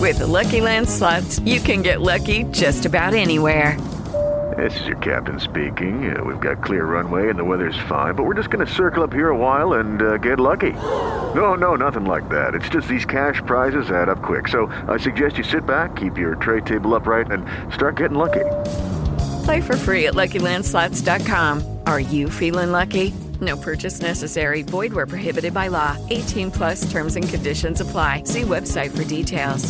With the Lucky Land Slots, you can get lucky just about anywhere. This is your captain speaking. We've got clear runway and the weather's fine, but we're just going to circle up here a while and get lucky. No, nothing like that. It's just these cash prizes add up quick. So I suggest you sit back, keep your tray table upright, and start getting lucky. Play for free at LuckyLandSlots.com. Are you feeling lucky? No purchase necessary. Void where prohibited by law. 18 plus terms and conditions apply. See website for details.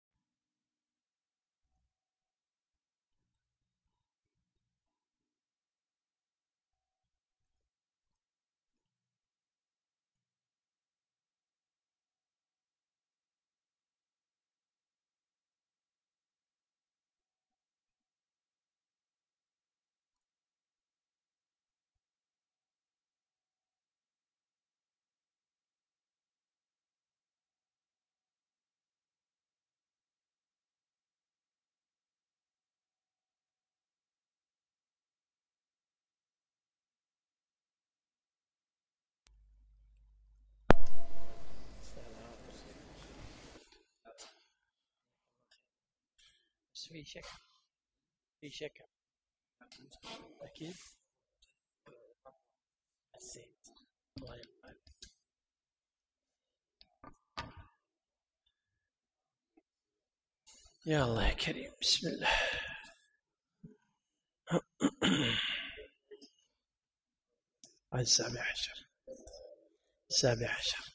في شك أكيد حسيت الله يرحمه. يا الله يا كريم، بسم الله. السابع عشر.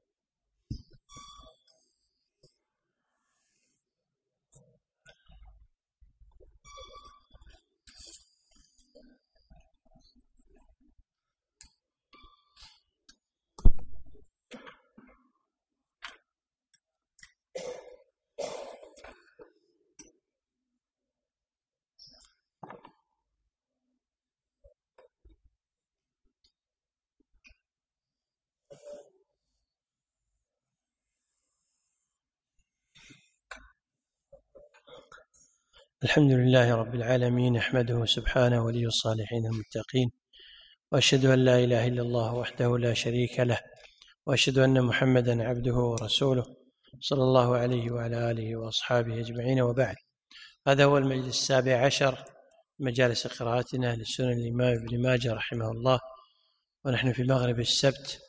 الحمد لله رب العالمين، أحمده سبحانه ولي الصالحين المتقين، وأشهد أن لا إله إلا الله وحده لا شريك له، وأشهد أن محمدا عبده ورسوله صلى الله عليه وعلى آله وأصحابه أجمعين، وبعد. هذا هو المجلس 17 مجالس قراءتنا لسنن الإمام ابن ماجه رحمه الله، ونحن في مغرب السبت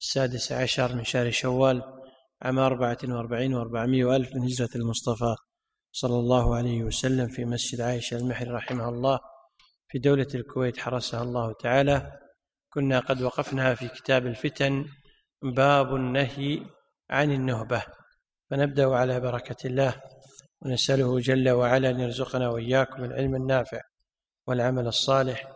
16 من شهر شوال عام 44 و400 ألف من هجرة المصطفى صلى الله عليه وسلم، في مسجد عائشة المحري رحمه الله في دولة الكويت حرسها الله تعالى. كنا قد وقفنا في كتاب الفتن، باب النهي عن النهبة، فنبدأ على بركة الله، ونسأله جل وعلا أن يرزقنا وإياكم العلم النافع والعمل الصالح،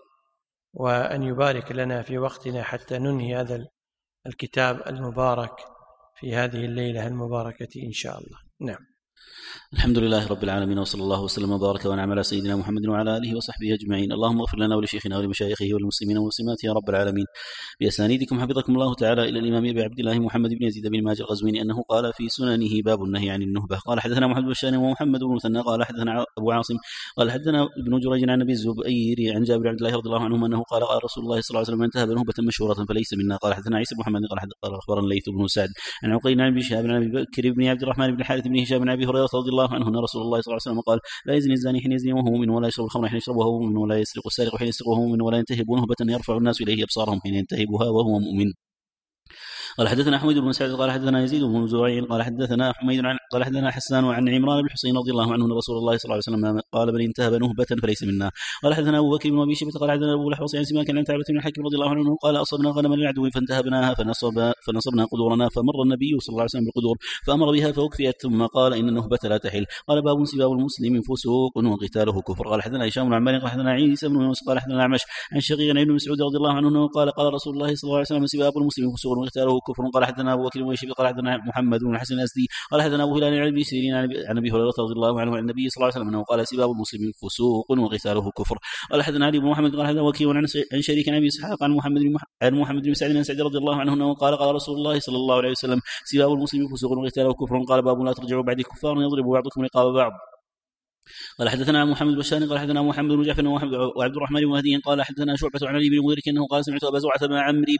وأن يبارك لنا في وقتنا حتى ننهي هذا الكتاب المبارك في هذه الليلة المباركة إن شاء الله. نعم. الحمد لله رب العالمين، وصلى الله وسلم وبارك ونعم على سيدنا محمد وعلى آله وصحبه أجمعين. اللهم اغفر لنا ولشيخنا ولمشايخه والمسلمين والمسلمات يا رب العالمين. بأسانيدكم حفظكم الله تعالى إلى الإمام أبي عبد الله محمد بن يزيد بن ماجه القزويني أنه قال في سننه باب النهي عن النهبة. قال حدثنا محمد بن بشار ومحمد بن مثنى قال حدثنا أبو عاصم قال حدثنا ابن جريج عن أبي الزبير عن جابر بن عبد الله رضي الله عنه أنه قال قال رسول الله صلى الله عليه وسلم: من انتهب نهبة مشهورة فليس منا. قال حدثنا عيسى بن محمد قال أخبرنا الليث بن سعد عن عقيل عن ابن شهاب عن أبي بكر بن عبد الرحمن بن الحارث بن هشام عن أبي هريرة رضي الله عنه أن رسول الله صلى الله عليه وسلم قال: لا يزني الزاني حين يزني وهو مؤمن، ولا يشرب الخمر حين يشرب وهو مؤمن، ولا يسرق السارق حين يسرق وهو مؤمن، ولا ينتهب نهبة يرفع الناس إليه أبصارهم حين ينتهبها وهو مؤمن. قال حدثنا حميد بن سعد قال حدثنا يزيد بن زريع قال حدثنا حميد قال حدثنا حسان عن عمران بن حسين رضي الله عنه ان رسول الله صلى الله عليه وسلم قال: من انتهب نهبة فليس منا. قال حدثنا ابو بكر بن ابي شيبة قال حدثنا ابو لحوص عن سماك عن تعبة بن الحكيم رضي الله عنه قال: اصبنا غنما للعدو فانتهبناها فنصبنا قدورنا، فمر النبي صلى الله عليه وسلم بالقدور فامر بها فاكفئت، ثم قال: ان النهبة لا تحل. قال: باب سباب المسلم فسوق وقتاله كفر. قال حدثنا هشام بن عمار قال حدثنا عيسى بن يونس قال حدثنا الاعمش عن شقيق عن ابن مسعود رضي الله عنه قال: قال رسول الله صلى الله عليه وسلم: سباب المسلم فسوق وقتاله كفر. قال حدثنا ابو بكر بن شيبة قال حدثنا محمد بن الحسن الأسدي قال حدثنا أبو هلال عن ابن سيرين عن أبي هريرة رضي الله عنه عن النبي صلى الله عليه وسلم أنه قال: سباب المسلم فسوق وقتاله كفر. قال حدثنا علي بن محمد قال حدثنا وكيع عن شريك عن أبي إسحاق عن محمد بن سعد بن سعد رضي الله عنه أنه قال: قال رسول الله صلى الله عليه وسلم: سباب المسلم فسوق وقتاله كفر. قال: باب لا ترجعوا بعد كفار يضرب بعضكم رقاب بعض. قال حدثنا محمد البشاري قال حدثنا محمد بن جعفر وعبد الرحمن بن مهدي قال حدثنا شعبة عن علي بن مدرك انه قال سمعت ابا زرعة بن عمرو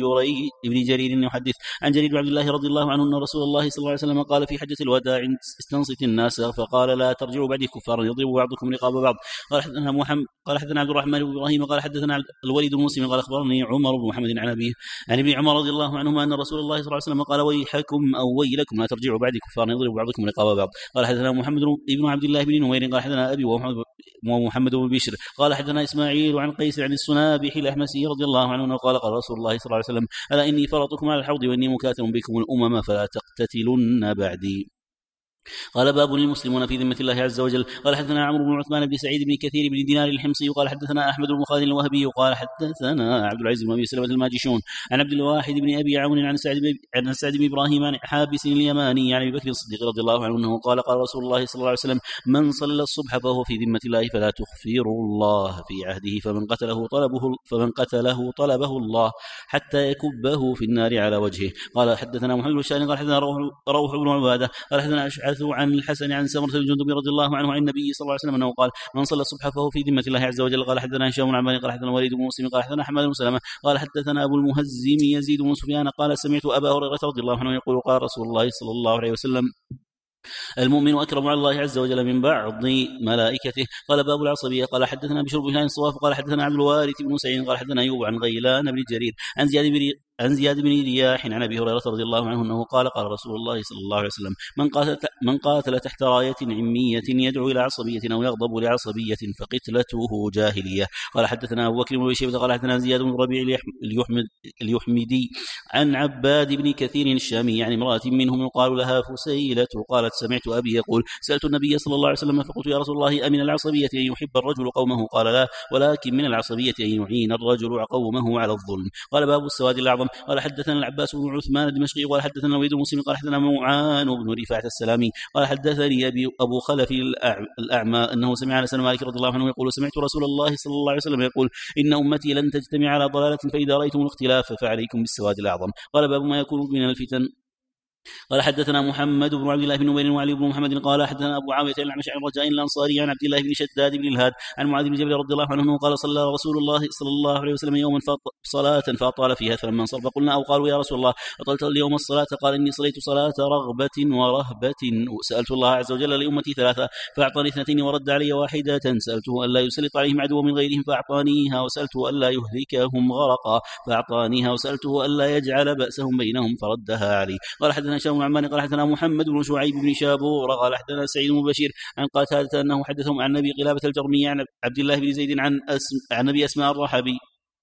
بن جرير يحدث عن جرير بن عبد الله رضي الله عنه ان رسول الله صلى الله عليه وسلم قال في حجة الوداع استنصت الناس فقال لا ترجعوا بعدي كفارا يضرب بعضكم رقاب بعض. قال حدثنا محمد قال حدثنا عبد الرحمن بن ابراهيم قال حدثنا الوليد بن مسلم قال اخبرني عمر بن محمد عن ابيه عن ابن عمر رضي الله عنهما ان رسول الله صلى الله عليه وسلم قال ويحكم او ويلكم لا ترجعوا بعدي كفارا يضرب بعضكم رقاب بعض. قال حدثنا محمد بن عبد الله بن نمير قال حدثنا ابي ومحمد بن بشر قال حدثنا اسماعيل عن قيس عن السنابح الاحمسي رضي الله عنه قال قال رسول الله صلى الله عليه وسلم الا اني فرطكم على الحوض واني مكاثر بكم الامم فلا تقتتلن بعدي. قال باب المسلمون في ذمة الله عز وجل. قال حدثنا عمرو بن عثمان بن سعيد بن كثير بن دينار الحمصي قال حدثنا احمد بن خالد الوهبي قال حدثنا عبد العزيز بن ابي سلمة الماجشون عن عبد الواحد بن ابي عون عن سعد بن ابراهيم عن حابس اليماني عن ابي بكر الصديق رضي الله عنه انه قال قال رسول الله صلى الله عليه وسلم من صلى الصبح فهو في ذمة الله فلا تخفروا الله في عهده فمن قتله طلبه الله حتى يكبه في النار على وجهه. قال حدثنا محمد بن الشاري قال حدثنا روح بن عباده قال حدثنا عن الحسن عن سمرة الجندب رضي الله عنه عن النبي صلى الله عليه وسلم انه قال من صلى الصبح فهو في ذمة الله عز وجل. قال حدثنا هشام بن عمار قال حدثنا وليد بن مسلم قال حدثنا حماد بن سلمة قال حدثنا ابو المهزم يزيد بن سفيان قال سمعت ابا هريرة رضي الله عنه يقول قال رسول الله صلى الله عليه وسلم المؤمن أكرم على الله عز وجل من بعض ملائكته. قال باب العصبية. قال حدثنا بشر بن الصواف قال حدثنا عبد الوارث بن سعيد قال حدثنا أيوب عن غيلان بن جرير عن زياد بن رياح عن ابي هريره رضي الله عنه انه قال قال رسول الله صلى الله عليه وسلم من قاتل تحت رايه عميه يدعو الى عصبيه او يغضب لعصبيه فقتلته جاهليه. قال حدثنا ابو بكر بن شيبه قال حدثنا زياد بن ربيع اليحمدي عن عباد بن كثير الشامي عن امراه منهم يقال لها فسيله قالت سمعت ابي يقول سالت النبي صلى الله عليه وسلم فقلت يا رسول الله امن العصبيه ان يحب الرجل قومه؟ قال لا ولكن من العصبيه ان يعين الرجل قومه على الظلم. قال باب السواد الاعظم. قال حدثنا العباس بن عثمان الدمشقي قال حدثنا الوليد بن مسلم قال حدثنا معان بن رفاعة السلامي قال حدثني ابو خلف الاعمى انه سمع انس بن مالك رضي الله عنه يقول سمعت رسول الله صلى الله عليه وسلم يقول ان امتي لن تجتمع على ضلاله فاذا رايتم الاختلاف فعليكم بالسواد الاعظم. قال باب ما يكون من الفتن. قال حدثنا محمد بن عبد الله بن نمير وعلي بن محمد قال حدثنا ابو عاويه الأعمش عن رجاء الانصاري عن عبد الله بن شداد بن الهاد عن معاذ بن جبل رضي الله عنه قال صلى رسول الله صلى الله عليه وسلم يوما صلاه فاطال فيها فلما انصرف قلنا او قالوا يا رسول الله اطلت اليوم الصلاه؟ قال اني صليت صلاه رغبه ورهبه سالت الله عز وجل لامتي ثلاثه فاعطاني 2 ورد علي 1 سالته الا يسلط عليهم عدوا من غيرهم فاعطانيها وسالته الا يهلكهم غرقا فاعطانيها وسالته الا يجعل باسهم بينهم فردها علي. قال حدثنا هشام بن عمار قال حدثنا محمد بن شعيب بن شابور قال حدثنا سعيد بن بشير عن قتادة انه حدثهم عن ابي قلابة الجرمي عن عبد الله بن زيد عن ابي اسماء الرحبي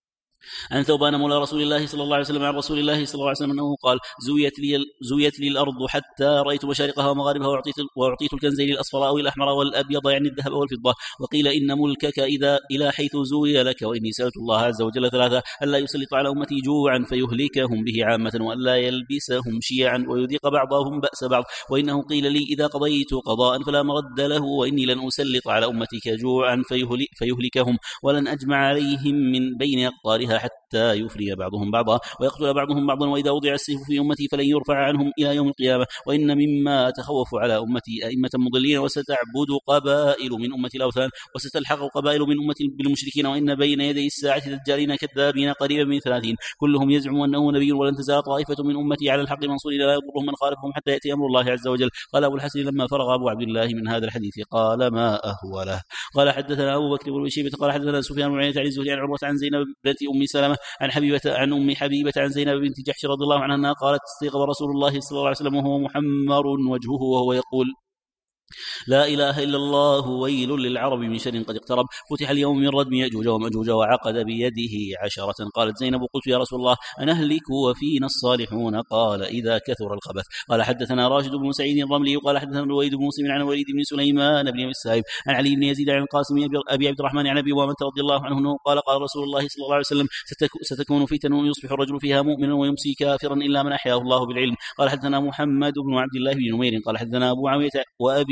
عن ثوبان مولى رسول الله صلى الله عليه وسلم عن رسول الله صلى الله عليه وسلم انه قال زويت لي الارض حتى رايت مشارقها ومغاربها واعطيت الكنزين الاصفر او الاحمر والابيض يعني الذهب والفضه. وقيل ان ملكك اذا الى حيث زوي لك. واني سالت الله عز وجل ثلاثه الا يسلط على امتي جوعا فيهلكهم به عامه والا يلبسهم شيعا ويذيق بعضهم باس بعض. وانه قيل لي اذا قضيت قضاء فلا مرد له واني لن اسلط على امتك جوعا فيهلكهم ولن اجمع عليهم من بين اقطارها حتى يفري بعضهم بعضا ويقتل بعضهم بعضا وإذا وضع السيف في أمتي فلن يرفع عنهم إلى يوم القيامة. وإن مما تخوف على أمتي أئمة مضلين وستعبد قبائل من أمتي الأوثان وستلحق قبائل من أمتي بالمشركين. وإن بين يدي الساعة دجالين كذابين قريبا من 30 كلهم يزعم أنه نبي ولن تزال طائفة من أمتي على الحق منصورين لا يضرهم من خالفهم حتى يأتي أمر الله عز وجل. قال أبو الحسن لما فرغ أبو عبد الله من هذا الحديث قال ما أهوله. قال حدثنا أبو بكر بن شيبة قال حدثنا سفيان بن عيينة عن الزهري عن عروة عن زينب بنت أم سلمة عن أم حبيبة عن زينب بنت جحش رضي الله عنها قالت استيقظ رسول الله صلى الله عليه وسلم وهو محمر وجهه وهو يقول لا إله إلا الله ويل للعرب من شر قد اقترب فتح اليوم من ردم يأجوج ومأجوج وعقد بيده 10. قالت زينب قلت يا رسول الله أنهلك وفينا الصالحون؟ قال إذا كثر الخبث. قال حدثنا راشد بن سعيد الرملي قال حدثنا الوليد بن مسلم عن الوليد بن سليمان بن السائب عن علي بن يزيد عن القاسم أبي عبد الرحمن عن أبي أمامة رضي الله عنه قال قال رسول الله صلى الله عليه وسلم ستكون فتن يصبح الرجل فيها مؤمنا ويمسي كافرا إلا من أحياه الله بالعلم. قال حدثنا محمد بن عبد الله بن نمير قال حدثنا أبو عاوية وأبي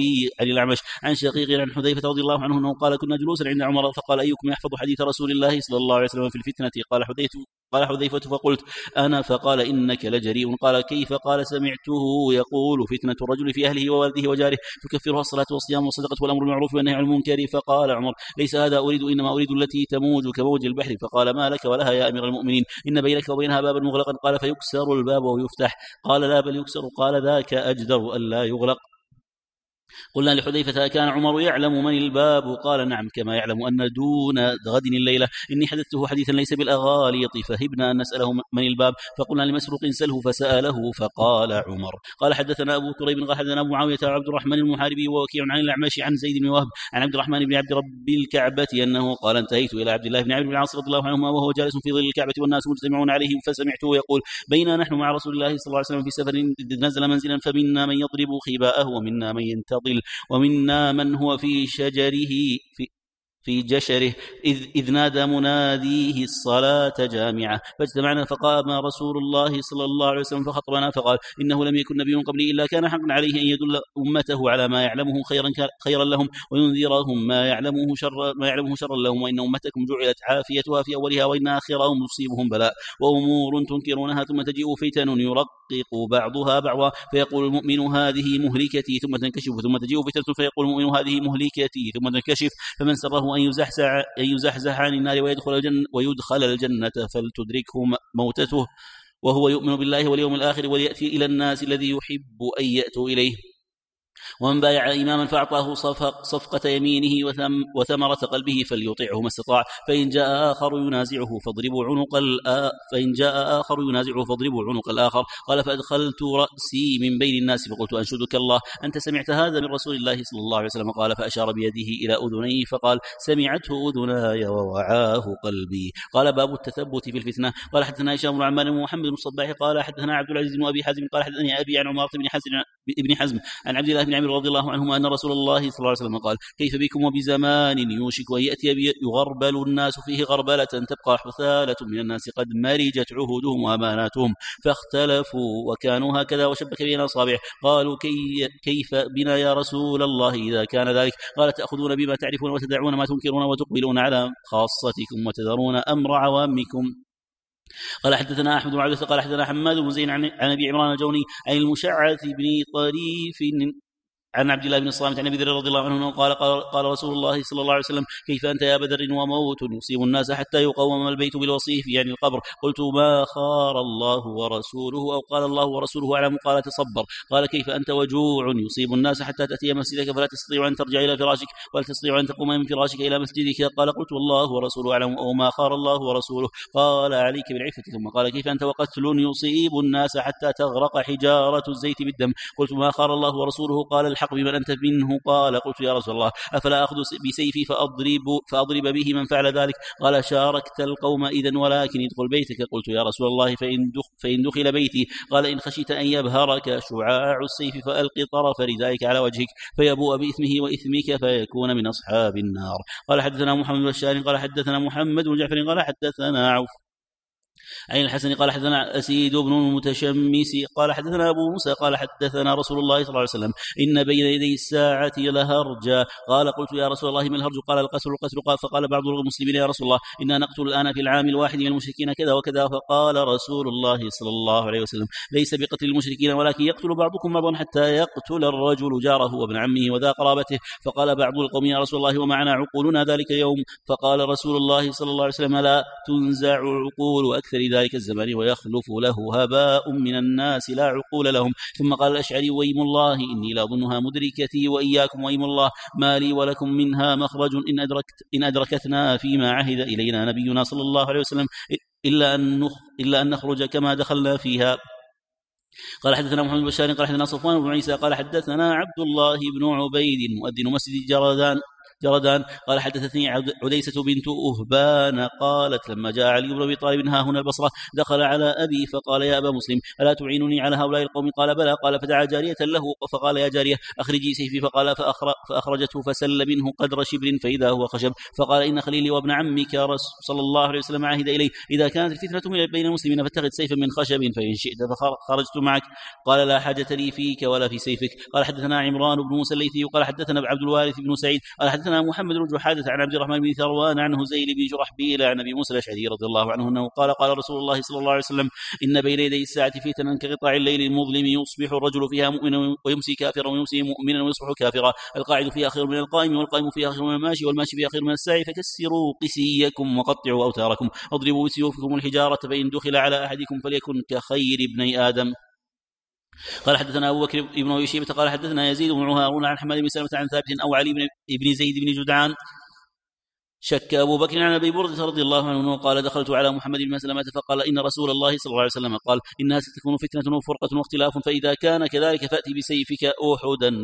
الزهري عن الأعمش عن شقيق عن حذيفة رضي الله عنه أنه قال كنا جلوسا عند عمر فقال أيكم يحفظ حديث رسول الله صلى الله عليه وسلم في الفتنة؟ قال حذيفة فقلت أنا، فقال إنك لجريء. قال كيف؟ قال سمعته يقول فتنة الرجل في أهله وولده وجاره تكفرها الصلاة والصيام والصدقة والأمر بالمعروف والنهي عن المنكر. فقال عمر ليس هذا أريد، إنما أريد التي تموج كموج البحر. فقال ما لك ولها يا أمير المؤمنين؟ إن بينك وبينها بابا مغلقا. قال فيكسر الباب ويفتح؟ قال لا بل يكسر. قال ذاك أجدر ألا يغلق. قلنا لحذيفة كان عمر يعلم من الباب؟ قال نعم، كما يعلم أن دون غد الليلة إني حدثته حديثا ليس بالأغاليط، فهبنا أن نسأله من الباب. فقلنا لمسروق سله، فسأله فقال عمر. قال حدثنا أبو كريب قال حدثنا أبو معاوية وعبد الرحمن المحاربي ووكيع عن الأعمش عن زيد بن وهب عن عبد الرحمن بن عبد رب الكعبة أنه قال انتهيت إلى عبد الله بن عمرو بن العاص رضي الله عنهما وهو جالس في ظل الكعبة والناس مجتمعون عليه، فسمعته يقول بينا نحن مع رسول الله صلى الله عليه وسلم في سفر إذ نزل منزلا فمنا من يضرب خباءه ومنا من ينتظل ومنا من هو في شجره في جشره إذ نادى مناديه الصلاة جامعة، فاجتمعنا فقام رسول الله صلى الله عليه وسلم فخطبنا فقال إنه لم يكن نبي قبلي إلا كان حقا عليه أن يدل أمته على ما يعلمه خيرا لهم وينذرهم ما يعلمه شرا لهم، وإن أمتكم جعلت عافيتها في أولها وإن آخرهم يصيبهم بلاء وأمور تنكرونها ثم تجيء فتن يرقق بعضها بعضا فيقول المؤمن هذه مهلكتي ثم تنكشف، ثم تجيء فتنة فيقول المؤمن هذه مهلكتي ثم تنكشف، فمن سره أن يزحزح عن النار ويدخل الجنة فلتدركه موتته وهو يؤمن بالله واليوم الآخر وليأتي إلى الناس الذي يحب أن يأتوا إليه. ومن بايع إماما فأعطاه صفقة يمينه وثمرة قلبه فليطعه ما استطاع، فإن جاء آخر ينازعه فاضربوا عنق الآخر. قال فأدخلت رأسي من بين الناس فقلت أنشدك الله أنت سمعت هذا من رسول الله صلى الله عليه وسلم؟ قال فأشار بيده إلى أذنيه فقال سمعته أذناي ووعاه قلبي. قال باب التثبت في الفتنة. قال حدثنا هشام بن عمار ومحمد بن الصباح قال حدثنا عبد العزيز بن أبي حازم قال حدثني أبي عن عمارة بن حزم عن عبد الله بن عمرو رضي الله عنهما أن رسول الله صلى الله عليه وسلم قال كيف بكم وبزمان يوشك أن يأتي يغربل الناس فيه غربلة تبقى حثالة من الناس قد مرجت عهودهم وأماناتهم فاختلفوا وكانوا هكذا وشبك بين أصابعه. قالوا كيف بنا يا رسول الله إذا كان ذلك؟ قال تأخذون بما تعرفون وتدعون ما تنكرون وتقبلون على خاصتكم وتذرون أمر عوامكم. قال حدثنا أحمد بن عبد قال حدثنا حماد بن زين عن أبي عمران الجوني عن المشعث بن طريف عن عبد الله بن الصامت عن ابي ذر رضي الله عنه قال رسول الله صلى الله عليه وسلم كيف أنت يا بدر وموت يصيب الناس حتى يقوم البيت بالوصيف يعني القبر؟ قلت ما خار الله ورسوله أو قال الله ورسوله أعلم. قال تصبر. قال كيف أنت وجوع يصيب الناس حتى تأتي مسجدك فلا تستطيع أن ترجع إلى فراشك ولا تستطيع أن تقوم من فراشك إلى مسجدك؟ قال قلت والله ورسوله أعلم أو ما خار الله ورسوله. قال عليك بالعفة. ثم قال كيف أنت وقتل يصيب الناس حتى تغرق حجارة الزيت بالدم؟ قلت ما خار الله ورسوله. قال الحق بمن أنت منه. قال قلت يا رسول الله أفلا أخذ بسيفي فأضرب به من فعل ذلك؟ قال شاركت القوم إذن ولكن ادخل بيتك. قلت يا رسول الله فإن دخل بيتي؟ قال إن خشيت أن يبهرك شعاع السيف فألق طرف ردائك على وجهك فيبوء بإثمه وإثمك فيكون من أصحاب النار. قال حدثنا محمد بن بشار قال حدثنا محمد بن جعفر قال حدثنا عوف عن الحسن قال حدثنا أسيد بن المتشمس قال حدثنا أبو موسى قال حدثنا رسول الله صلى الله عليه وسلم إن بين يدي الساعة لهرجا. قال قلت يا رسول الله ما الهرج؟ قال القتل. قال فقال بعض المسلمين يا رسول الله إنا نقتل الآن في العام الواحد من المشركين كذا وكذا. فقال رسول الله صلى الله عليه وسلم ليس بقتل المشركين ولكن يقتل بعضكم بعضا حتى يقتل الرجل جاره وابن عمه وذا قرابته. فقال بعض القوم يا رسول الله ومعنا عقولنا ذلك يوم؟ فقال رسول الله صلى الله عليه وسلم لا تنزع عقول أكثر ذلك الزمان ويخلف له هباء من الناس لا عقول لهم. ثم قال الأشعري ويم الله إني لا أظنها مدركتي وإياكم ويم الله ما لي ولكم منها مخرج إن أدركتنا فيما عهد إلينا نبينا صلى الله عليه وسلم إلا أن نخرج كما دخلنا فيها. قال حدثنا محمد بن بشار قال حدثنا صفوان بن عيسى قال حدثنا عبد الله بن عبيد مؤذن مسجد جردان جردان قال حدثتني عديسة بنت أهبان قالت لما جاء علي بن أبي طالب ها هنا البصرة دخل على أبي فقال يا أبا مسلم ألا تعينني على هؤلاء القوم؟ قال بلى. قال فدعا جارية له فقال يا جارية أخرجي سيفي. فقال فأخرجته فسل منه قدر شبر فإذا هو خشب. فقال إن خليلي وابن عمك صلى الله عليه وسلم عهد إلي إذا كانت الفتنة بين المسلمين فاتخذ سيفا من خشب فإن شئت فخرجت معك. قال لا حاجة لي فيك ولا في سيفك. قال حدثنا عمران بن موسى الليثي قال حدثنا عبد الوارث بن سعيد قال حدثنا محمد بن جحادة عن عبد الرحمن بن ثروان عن هزيل بن جرحبيل عن أبي موسى الأشعري رضي الله عنه أنه قال قال رسول الله صلى الله عليه وسلم إن بين يدي الساعة فتنا كقطع الليل المظلم يصبح الرجل فيها مؤمنا ويمسي كافرا ويمسي مؤمنا ويصبح كافرا القاعد فيها خير من القائم والقائم فيها خير من الماشي والماشي فيها خير من الساعي فكسروا قسيكم وقطعوا أوتاركم واضربوا بسيوفكم الحجارة فإن دخل على أحدكم فليكن كخير ابن آدم. قال حدثنا أبو بكر بن أبي شيبة قال حدثنا يزيد بن هارون عن حماد بن سلمة عن ثابت أو علي بن زيد بن جدعان شك أبو بكر عن أبي بردة رضي الله عنه قال دخلت على محمد بن سلمة فقال إن رسول الله صلى الله عليه وسلم قال إنها ستكون فتنة وفرقة واختلاف فإذا كان كذلك فأتي بسيفك أحدا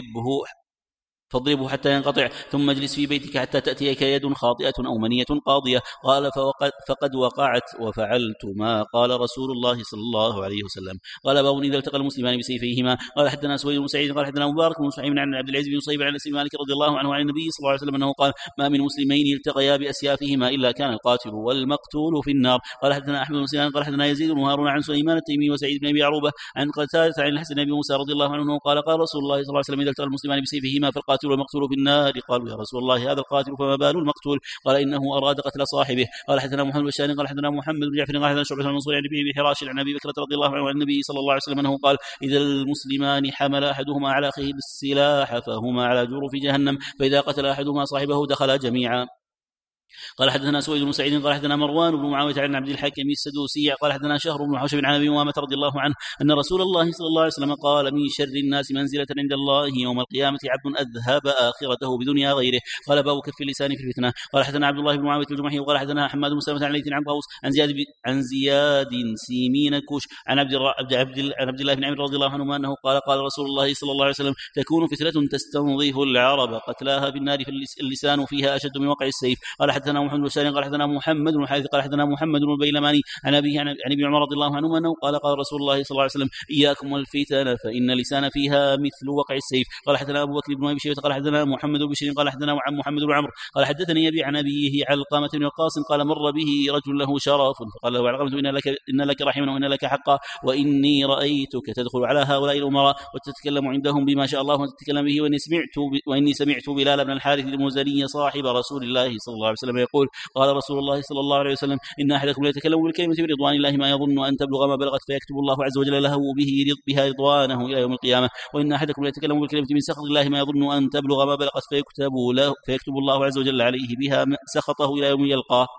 فاضربه حتى ينقطع ثم اجلس في بيتك حتى تأتيك يد خاطئة أو منية قاضية. قال فقد وقعت وفعلت ما قال رسول الله صلى الله عليه وسلم. قال باب إذا التقى المسلمان بسيفيهما. قال حدثنا سويد بن سعيد قال حدثنا مبارك بن سعيد عن عبد العزيز بن صيب عن أنس بن مالك رضي الله عنه عن النبي صلى الله عليه وسلم أنه قال ما من مسلمين التقيا بأسيافهما إلا كان القاتل والمقتول في النار. قال حدثنا أحمد بن سنان قال حدثنا يزيد بن هارون عن سليمان التيمي وسعيد بن أبي عروبة عن قتادة عن الحسن بن موسى رضي الله عنه قال قال رسول الله صلى الله عليه وسلم إذا التقى المسلمان بسيفيهما فالقاتل والمقتول في النار. قالوا يا رسول الله هذا القاتل فما بال المقتول؟ قال إنه أراد قتل صاحبه. قال حدثنا محمد بن بشار قال حدثنا محمد بن جعفر قال حدثنا شعبة بن منصور عن ابي حراش عن ابي بكرة رضي الله عنه عن النبي صلى الله عليه وسلم انه قال إذا المسلمان حمل أحدهما على أخيه بالسلاح فهما على جرف جهنم فإذا قتل أحدهما صاحبه دخل جميعا. قال حدثنا سويد بن سعيد قال حدثنا مروان بن معاوية عن عبد الحكيم السدوسي قال حدثنا شهر بن حوشب عن ابي امامة رضي الله عنه ان رسول الله صلى الله عليه وسلم قال من شر الناس منزلة عند الله يوم القيامة عبد اذهب آخرته بدنيا غيره. قال باب كف اللسان في الفتنة. قال حدثنا عبد الله بن معاوية الجمحي وقال حدثنا حماد بن سلمة عن ليث عن طاووس عن زياد سيمين كوش عن عبد الله بن عمرو رضي الله عنهما انه قال قال رسول الله صلى الله عليه وسلم تكون فتنة تستنظف العرب قتلاها في النار فاللسان فيها أشد من وقع السيف. قال حدثنا محمد بن قال حدثنا محمد بن حارث قال حدثنا محمد بن البيلماني عن ابي عن ابن عمر رضي الله عنهما انه قال قال رسول الله صلى الله عليه وسلم اياكم والفتن فان اللسان فيها مثل وقع السيف. قال حدثنا ابو بكر بن ابي شيبه قال حدثنا محمد بن بشير قال حدثنا محمد بن عمرو قال حدثني ابي عن ابيه علقمة بن وقاص قال مر به رجل له شرف فقال له علقمة ان لك رحما وان لك حقا واني رايتك تدخل على هؤلاء الامراء وتتكلم عندهم بما شاء الله وتتكلم به واني سمعت بلال بن الحارث المزني صاحب رسول الله صلى الله عليه وسلم يقول قال رسول الله صلى الله عليه وسلم إن أحدكم لا يتكلم بالكلمة برضوان الله ما يظن أن تبلغ ما بلغت فيكتب الله عز وجل له بها رضوانه إلى يوم القيامة وإن أحدكم لا يتكلم بالكلمة من سخط الله ما يظن أن تبلغ ما بلغت فيكتب الله عز وجل عليه بها سخطه إلى يوم يلقاه.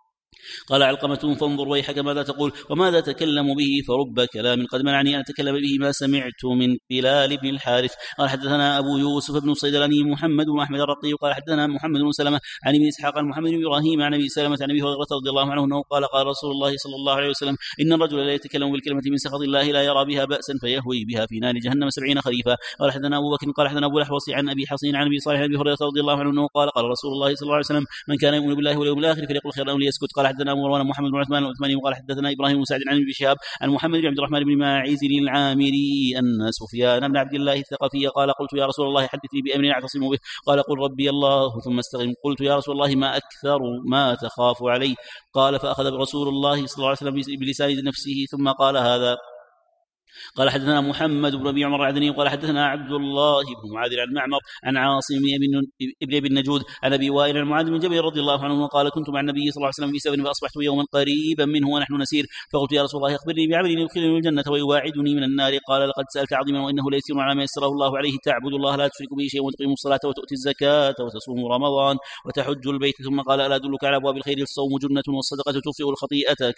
قال علقمة فانظر ويحك ماذا تقول وماذا تكلم به فرب كلام قد منعني أن أتكلم به ما سمعت من بلال بن الحارث. قال حدثنا أبو يوسف بن الصيدلاني محمد بن أحمد الرقي قال حدثنا محمد بن سلمة عن ابن إسحاق عن محمد بن إبراهيم عن أبي سلمة عن أبي هريرة رضي الله عنه أنه قال قال رسول الله صلى الله عليه وسلم إن الرجل لا يتكلم بالكلمة من سخط الله لا يرى بها بأسا فيهوي بها في نار جهنم 70 خريفا. قال حدثنا أبو بكر قال حدثنا أبو الأحوص عن أبي حصين عن أبي صالح عن أبي هريرة رضي الله عنه أنه قال قال رسول الله صلى الله عليه وسلم من كان يؤمن بالله واليوم الآخر فليقل خيرا أو ليسكت. قال حدثنا مروان محمد بن عثمان العثماني وقال حدثنا ابراهيم بن سعد عن ابن شهاب عن محمد بن عبد الرحمن بن ماعز العامري ان سفيان بن عبد الله الثقفي قال قلت يا رسول الله حدثني بامر اعتصم به قال قل ربي الله ثم استقم. قلت يا رسول الله ما اكثر ما تخاف علي قال فاخذ رسول الله صلى الله عليه وسلم بلسان نفسه ثم قال هذا. قال حدثنا محمد بن ابي عمر العدني قال حدثنا عبد الله بن معاذ عن معمر عن عاصم بن ابي النجود عن ابي وائل عن معاذ بن جبل رضي الله عنه قال كنت مع النبي صلى الله عليه وسلم في سفر فاصبحت يوما قريبا منه ونحن نسير فقلت يا رسول الله اخبرني بعمل يدخلني الجنه ويواعدني من النار. قال لقد سالت عظيما وانه ليسير على ما يسره الله عليه تعبد الله لا تشرك به شيئا وتقيم الصلاه وتؤتي الزكاه وتصوم رمضان وتحج البيت. ثم قال الا ادلك على ابواب الخير الصوم جنه والصدقه تطفئ الخطيئه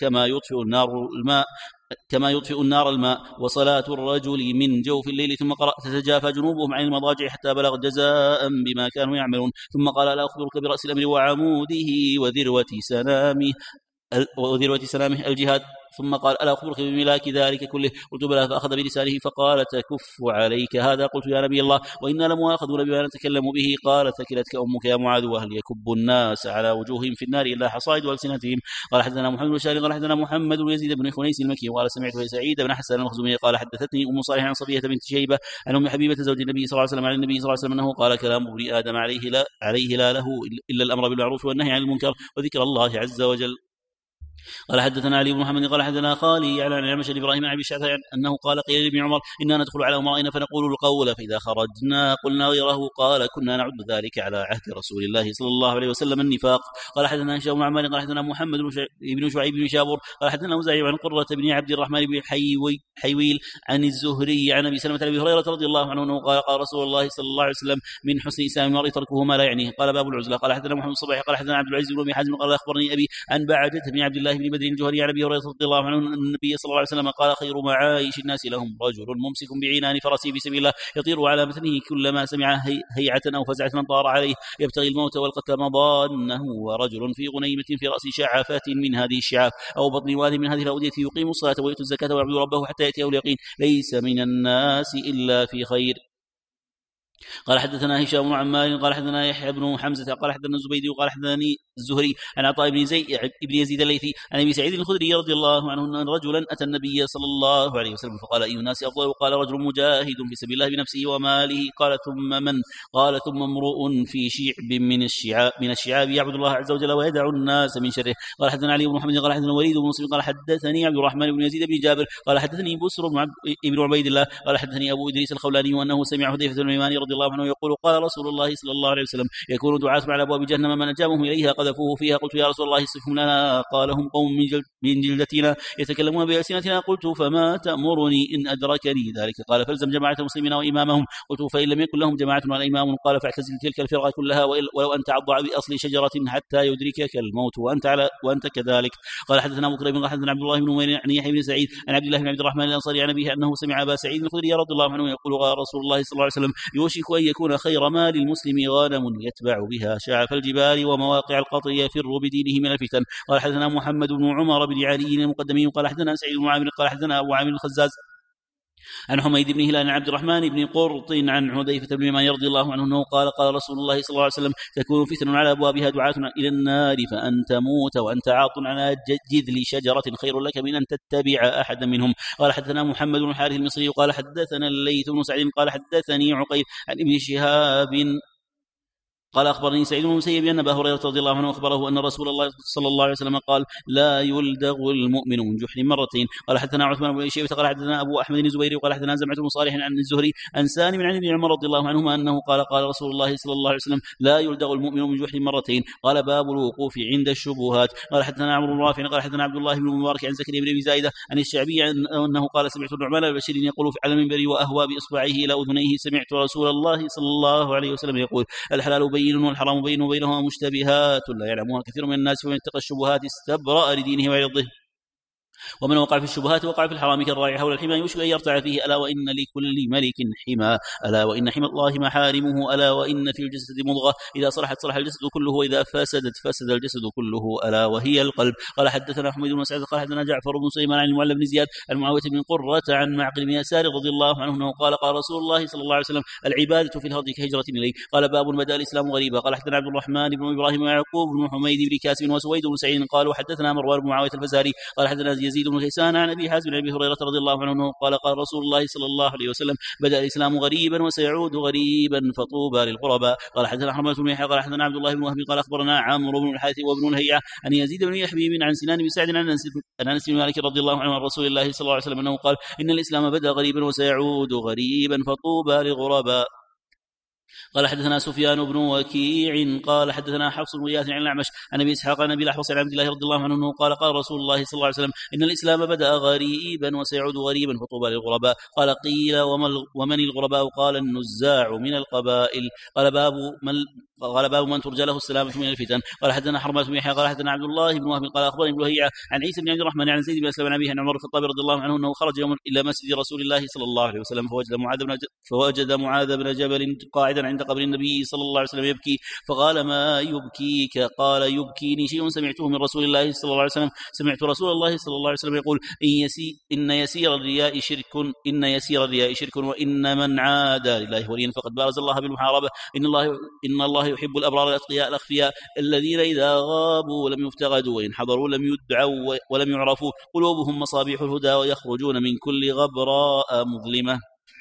كما يطفئ النار الماء وصلاة الرجل من جوف الليل. ثم قرأ تتجافى جنوبهم عن المضاجع حتى بلغ جزاء بما كانوا يعملون. ثم قال لا أخبرك برأس الأمر وعموده وذروة سنامه وذروة سلامه الجهاد. ثم قال: ألا أخبرك بملاك ذلك كله؟ قلت: بلى. فأخذ بلسانه فقال: تكف عليك هذا. قلت: يا نبي الله، وإنا لمؤاخذون بما نتكلم به. قال: ثكلتك أمك يا معاذ، وهل يكب الناس على وجوههم في النار إلا حصائد ألسنتهم؟ قال: حدثنا محمد بن بشار قال حدثنا محمد بن يزيد بن خنيس المكي قال: سمعت سعيد بن حسن المخزومي قال: حدثتني أم صالح عن صفية بنت شيبة عن أم حبيبة زوج النبي صلى الله عليه وسلم عن النبي صلى الله عليه وسلم أنه قال: كلام ابن آدم عليه لا له إلا الأمر بالمعروف والنهي عن المنكر وذكر الله عز وجل. قال: حدثنا علي بن محمد قال حدثنا خالي يعني عن عمش إبراهيم عن أبي الشعثاء انه قال: قيل لابن عمر: إنا ندخل على امرئنا فنقول القول فإذا خرجنا قلنا غيره. قال: كنا نعد ذلك على عهد رسول الله صلى الله عليه وسلم النفاق. قال: حدثنا هشام بن عمار قال حدثنا محمد بن شعيب بن شابور قال حدثنا أوزاعي عن قرة بن عبد الرحمن بن حيويل عن الزهري عن أبي سلمة عن أبي هريرة رضي الله عنه أنه قال: قال رسول الله صلى الله عليه وسلم: من حسن إسلام المرء تركه ما لا يعنيه. قال: باب العزلة. قال: حدثنا محمد الصباح قال حدثنا عبد العزيز بن أبي حازم قال: أخبرني أبي عن بعجة بن عبد الله بن بدر الجهري عن أبي هريرة رضي الله عنه أن النبي صلى الله عليه وسلم قال: خير معايش الناس لهم رجل ممسك بعنان فرسه في سبيل الله يطير على متنه كلما سمع هيعة أو فزعة طار عليه يبتغي الموت والقتل مضانه، ورجل في غنيمة في رأس شعافات من هذه الشعاف أو بطن واد من هذه الأودية يقيم الصلاة ويؤتي الزكاة ويعبد ربه حتى يأتيه اليقين ليس من الناس إلا في خير. قال: حدثنا هشام بن عمار قال حدثنا يحيى بن حمزة قال حدثنا الزبيدي قال حدثني الزهري عن عطاء بن يزيد الليثي عن أبي سعيد الخدري رضي الله عنه أن رجلا أتى النبي صلى الله عليه وسلم فقال: أي الناس أفضل؟ قال: رجل مجاهد في سبيل الله بنفسه وماله. قال: ثم من؟ قال: ثم امرؤ في شعب من الشعاب يعبد الله عز وجل ويدع الناس من شره. قال: حدثنا علي بن محمد قال حدثنا وليد بن مسلم قال حدثني عبد الرحمن بن يزيد بن جابر قال حدثني بسر بن عبيد الله قال حدثني أبو إدريس الخولاني وأنه سمع حذيفة بن اليمان رضي الله عنه يقول: قال رسول الله صلى الله عليه وسلم: يكون دعاة على أبواب جهنم من أجابهم إليها قذفوه فيها. قلت: يا رسول الله صفهم لنا. قال: هم قوم من جلدتنا يتكلمون بألسنتنا. قلت: فما تأمرني إن أدركني ذلك؟ قال: فالزم جماعة المسلمين وإمامهم. قلت: فإن لم يكن لهم جماعة ولا إمام؟ قال: فاعتزل تلك الفرقة كلها ولو أن تعض بأصل شجرة حتى يدركك الموت وأنت كذلك. قال: حدثنا أبو كريم قال حدثنا عبد الله بن نمير عن يحيى بن سعيد عن عبد الله بن عبد الرحمن الأنصاري عن أبيه أنه سمع أبا سعيد الخدري رضي الله عنه يقول: قال رسول الله صلى الله عليه وسلم: يوشك أن يكون خير مال المسلم غنم يتبع بها شعف الجبال ومواقع القطر يفر بدينه من الفتن. قال: حدثنا محمد بن عمر بن علي المقدمي قال حدثنا سعيد بن عامر قال حدثنا أبو عامر الخزاز عن حميد بن هلال عن عبد الرحمن بن قرط عن حذيفة بن اليمان رضي الله عنه أنه قال: قال رسول الله صلى الله عليه وسلم: تكون فتن على أبوابها دعاة إلى النار فأن تموت وأنت عاط على جذل شجرة خير لك من أن تتبع أحدا منهم. قال: حدثنا محمد بن الحارث المصري قال حدثنا الليث بن سعد قال حدثني عقيل عن ابن شهاب قال: أخبرني سعيد بن المسيب أن أبا هريرة رضي الله عنه أخبره أن رسول الله صلى الله عليه وسلم قال: لا يلدغ المؤمن من جحر مرتين. قال: حدثنا عثمان بن شيبة قال حدثنا أبو أحمد الزبيري قال حدثنا زمعة بن صالح عن الزهري عن سالم عن ابن عمر رضي الله عنهما أنه قال: قال رسول الله صلى الله عليه وسلم: لا يلدغ المؤمن من جحر مرتين. قال: باب الوقوف عند الشبهات. قال: حدثنا عمرو بن رافع قال حدثنا عبد الله بن مبارك عن زكريا بن أبي زايدة عن الشعبي أنه قال: سمعت النعمان البشير يقول على المنبر وأهوى بإصبعه إلى أذنيه: سمعت رسول الله صلى الله عليه وسلم يقول: الحلال بين والحرام بين وبينهما مشتبهات لا يعلمها كثير من الناس ومن اتقى الشبهات استبرأ لدينه وعرضه ومن وقع في الشبهات وقع في الحرام كالراعي حول الحمى يوشك أن يرتع فيه. ألا وإن لكل ملك حمى، ألا وإن حمى الله محارمه، ألا وإن في الجسد مضغة إذا صلحت صلح الجسد كله وإذا فسدت فسد الجسد كله، ألا وهي القلب. قال: حدثنا حميد بن سعد قال حدثنا جعفر بن سليمان عن المعلى بن زياد عن معاوية بن قرة عن معقل بن يسار رضي الله عنه أنه قال: قال رسول الله صلى الله عليه وسلم: العبادة في الهرج كهجرة إليه. قال: باب بدأ الإسلام غريبا. قال: حدثنا عبد الرحمن بن إبراهيم ويعقوب بن حميد بن كاسب وسويد بن سعيد قالوا: حدثنا مروان بن معاوية الفزاري قال: حدثنا يزيد بن كيسان عن أبي حازم عن أبي هريرة رضي الله عنه قال: قال رسول الله صلى الله عليه وسلم: بدأ الإسلام غريبا وسيعود غريبا فطوبى للغرباء. قال: حدثنا حرملة بن يحيى قال حدثنا عبد الله بن وهب قال أخبرنا عمرو بن الحارث وابن الهيعة عن يزيد بن يحبيب عن سنان بن سعد عن أنس بن مالك رضي الله عنه عن رسول الله صلى الله عليه وسلم أنه قال: إن الإسلام بدأ غريبا وسيعود غريبا فطوبى للغرباء. قال: حدثنا سفيان بن وكيع قال حدثنا حفص بن غياث عن الأعمش عن أبي إسحاق عن أبي الأحوص عن عبد الله رضي الله عنه قال: قال رسول الله صلى الله عليه وسلم: إن الإسلام بدأ غريبا وسيعود غريبا فطوبى للغرباء. قال: قيل: ومن الغرباء؟ قال: النزاع من القبائل. قال باب من ترجى له السلامة من الفتن. قال حدثنا حرملة بن يحيى قال حدثنا عبد الله بن وهب قال أخبرني ابن لهيعة عن عيسى بن عبد الرحمن عن زيد بن أسلم عن أبيه عن عمر بن الخطاب رضي الله عنه أنه خرج يوما إلى مسجد رسول الله صلى الله عليه وسلم فوجد معاذ بن جبل قاعدا عند قبر النبي صلى الله عليه وسلم يبكي، فقال ما يبكيك؟ قال يبكيني شيء سمعته من رسول الله صلى الله عليه وسلم. سمعت رسول الله صلى الله عليه وسلم يقول إن يسير الرياء شرك وإن من عادى لله وليا فقد بارز الله بالمحاربة. إن الله يحب الأبرار الأتقياء الأخفياء الذين إذا غابوا لم يفتقدوا وإن حضروا لم يدعوا ولم يعرفوا، قلوبهم مصابيح الهدى ويخرجون من كل غبراء مظلمة.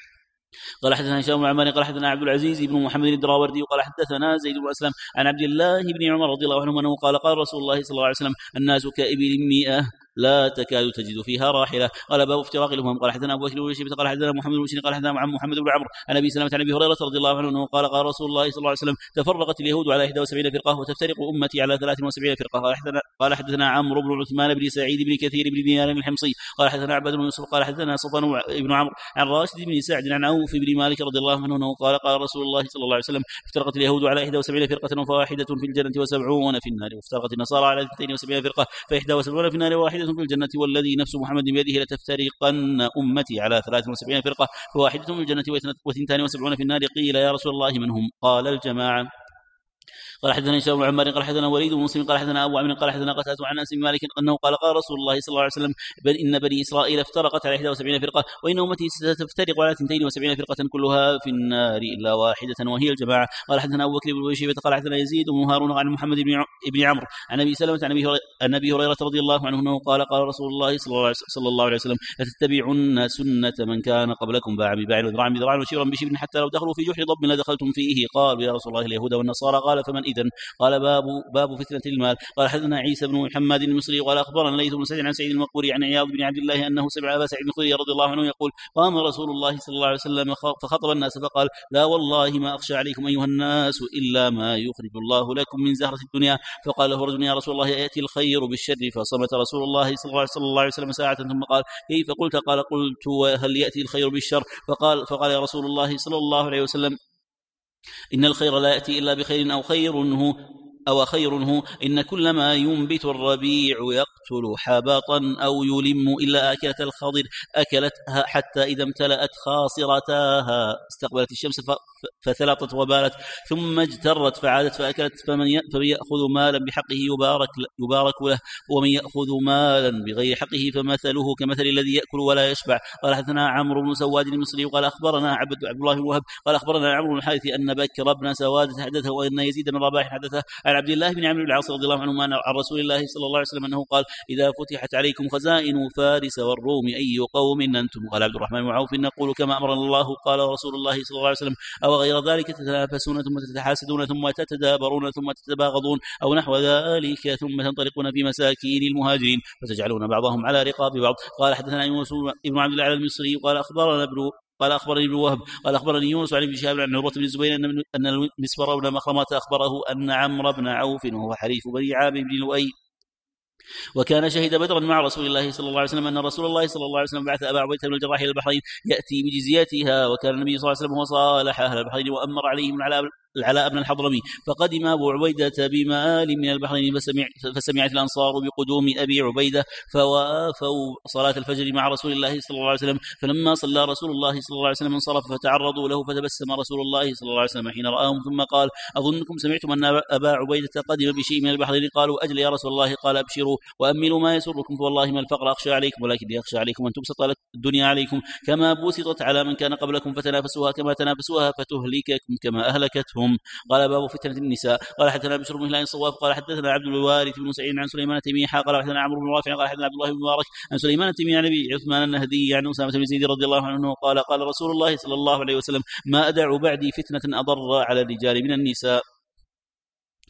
قال حدثنا هشام بن عمار قال حدثنا عبد العزيز بن محمد الدراوردي قال حدثنا زيد بن أسلم عن عبد الله بن عمر رضي الله عنه أنه قال رسول الله صلى الله عليه وسلم الناس كإبل 100 لا تكاد تجد فيها راحلة. قال باب افتراق الأمم. قال حدثنا أبو بكر بن شيبة قال حدثنا محمد بن قال حدثنا محمد بن عمرو عن أبي سلمة عن أبي هريرة رضي الله عنه أنه قال رسول الله صلى الله عليه وسلم تفرقت اليهود على 71 فرقة وتفترق أمتي على 73 فرقة. قال حدثنا عمرو بن عثمان بن سعيد بن كثير بن دينار الحمصي قال حدثنا عبد بن يوسف قال حدثنا صفوان بن عمرو عن راشد بن سعد عن عوف بن مالك رضي الله عنه أنه قال رسول الله صلى الله عليه وسلم افترقت اليهود على 71 فرقة فواحدة في الجنة و70 في النار، وافترقت النصارى على 72 فرقة ف71 في النار وواحدة في الجنة، والذي نفس محمد بيده لتفترقن أمتي على 73 فرقة فواحدة في الجنة و72 في النار. قيل يا رسول الله من هم؟ قال الجماعة. قال حدثنا هشام بن عمار قال حدثنا وليد بن مسلم قال حدثنا أبو عمرو قال حدثنا قتادة عن أنس بن مالك أنه قال رسول الله صلى الله عليه وسلم إن بني إسرائيل افترقت على 71 فرقة وإن أمتي ستفترق على 72 فرقة كلها في النار إلا واحدة وهي الجماعة. قال حدثنا أبو بكر بن شيبة قال حدثنا يزيد بن هارون عن محمد بن عمرو عن أبي سلمة عن أبي هريرة رضي الله عنه أنه قال رسول الله صلى الله عليه وسلم لتتبعن سنة من كان قبلكم باعا بباع وذراعا بذراع وشبرا بشبر حتى لو دخلوا في جحر ضب لدخلتم فيه. قالوا يا رسول الله اليهود والنصارى قال فمن إذن؟ قال باب فتنة المال. قال حدثنا عيسى بن محمد المصري قال أخبرنا ليث بن سعد عن سعيد المقبوري عن عياض بن عبد الله أنه سمع أبا سعيد الخدري رضي الله عنه يقول قام رسول الله صلى الله عليه وسلم فخطب الناس فقال لا والله ما أخشى عليكم أيها الناس إلا ما يخرج الله لكم من زهرة الدنيا. فقال له رجل يا رسول الله يأتي الخير بالشر؟ فصمت رسول الله صلى الله عليه وسلم ساعة ثم قال كيف قلت؟ قال قلت وهل يأتي الخير بالشر؟ فقال يا رسول الله صلى الله عليه وسلم إن الخير لا يأتي إلا بخير أو خيره إن كل ما ينبت الربيع يقتل حبطا أو يلم إلا آكلة الخضر أكلتها حتى إذا امتلأت خاصرتاها استقبلت الشمس فثلطت وبالت ثم اجترت فعادت فأكلت فمن يأخذ مالا بحقه يبارك له ومن يأخذ مالا بغير حقه فمثله كمثل الذي يأكل ولا يشبع. قال حدثنا عمرو بن سواد المصري قال أخبرنا عبد الله بن وهب قال أخبرنا عمرو بن الحارث أن بكر بن سواد حدثه وأن يزيد بن رباح حدثه عن عبد الله بن عمرو بن العاص رضي الله عنه عن رسول الله صلى الله عليه وسلم أنه قال إذا فتحت عليكم خزائن فارس والروم أي قوم أنتم؟ قال عبد الرحمن بن عوف نقول كما أمرنا الله. قال رسول الله صلى الله عليه وسلم أو غير ذلك تتنافسون ثم تتحاسدون ثم تتدابرون ثم تتباغضون أو نحو ذلك ثم تنطلقون في مساكين المهاجرين فتجعلون بعضهم على رقاب بعض. قال حدثنا يونس بن عبد الله المصري قال أخبرني ابن وهب قال أخبرني يونس عن ابن شهاب عن عروة بن الزبير أن المسور بن مخرمة أخبره أن عمرو بن عوف وهو حليف بني عامر بن لؤي وكان شهد بدرا مع رسول الله صلى الله عليه وسلم أن رسول الله صلى الله عليه وسلم بعث أبا عبيدة بن الجراح إلى البحرين يأتي بجزيتها، وكان النبي صلى الله عليه وسلم هو صالح أهل البحرين وأمر عليهم العلاء بن الحضرمي. فقدم أبو عبيدة بمال من البحرين فسمعت الأنصار بقدوم أبي عبيدة فوافوا صلاة الفجر مع رسول الله صلى الله عليه وسلم. فلما صلى رسول الله صلى الله عليه وسلم انصرف فتعرضوا له فتبسم رسول الله صلى الله عليه وسلم حين رآهم ثم قال أظنكم سمعتم أن أبا عبيدة قدم بشيء من البحرين؟ قالوا أجل يا رسول الله. قال أبشروا وأملوا ما يسركم فوالله ما الفقر أخشى عليكم ولكن يخشى عليكم أن تبسط الدنيا عليكم كما بسطت على من كان قبلكم فتنافسوها كما تنافسوها فتهلككم كما أهلكتهم. قال باب فتنة النساء. قال حدثنا بشر بن هلال الصواف قال حدثنا عبد الوارث بن سعيد عن سليمان التيمي قال حدثنا عمرو بن رافع قال حدثنا عبد الله بن مبارك عن سليمان التيمي عن ابي عثمان النهدي عن أسامة بن زيد رضي الله عنه قال رسول الله صلى الله عليه وسلم ما أدع بعدي فتنة أضر على الرجال من النساء.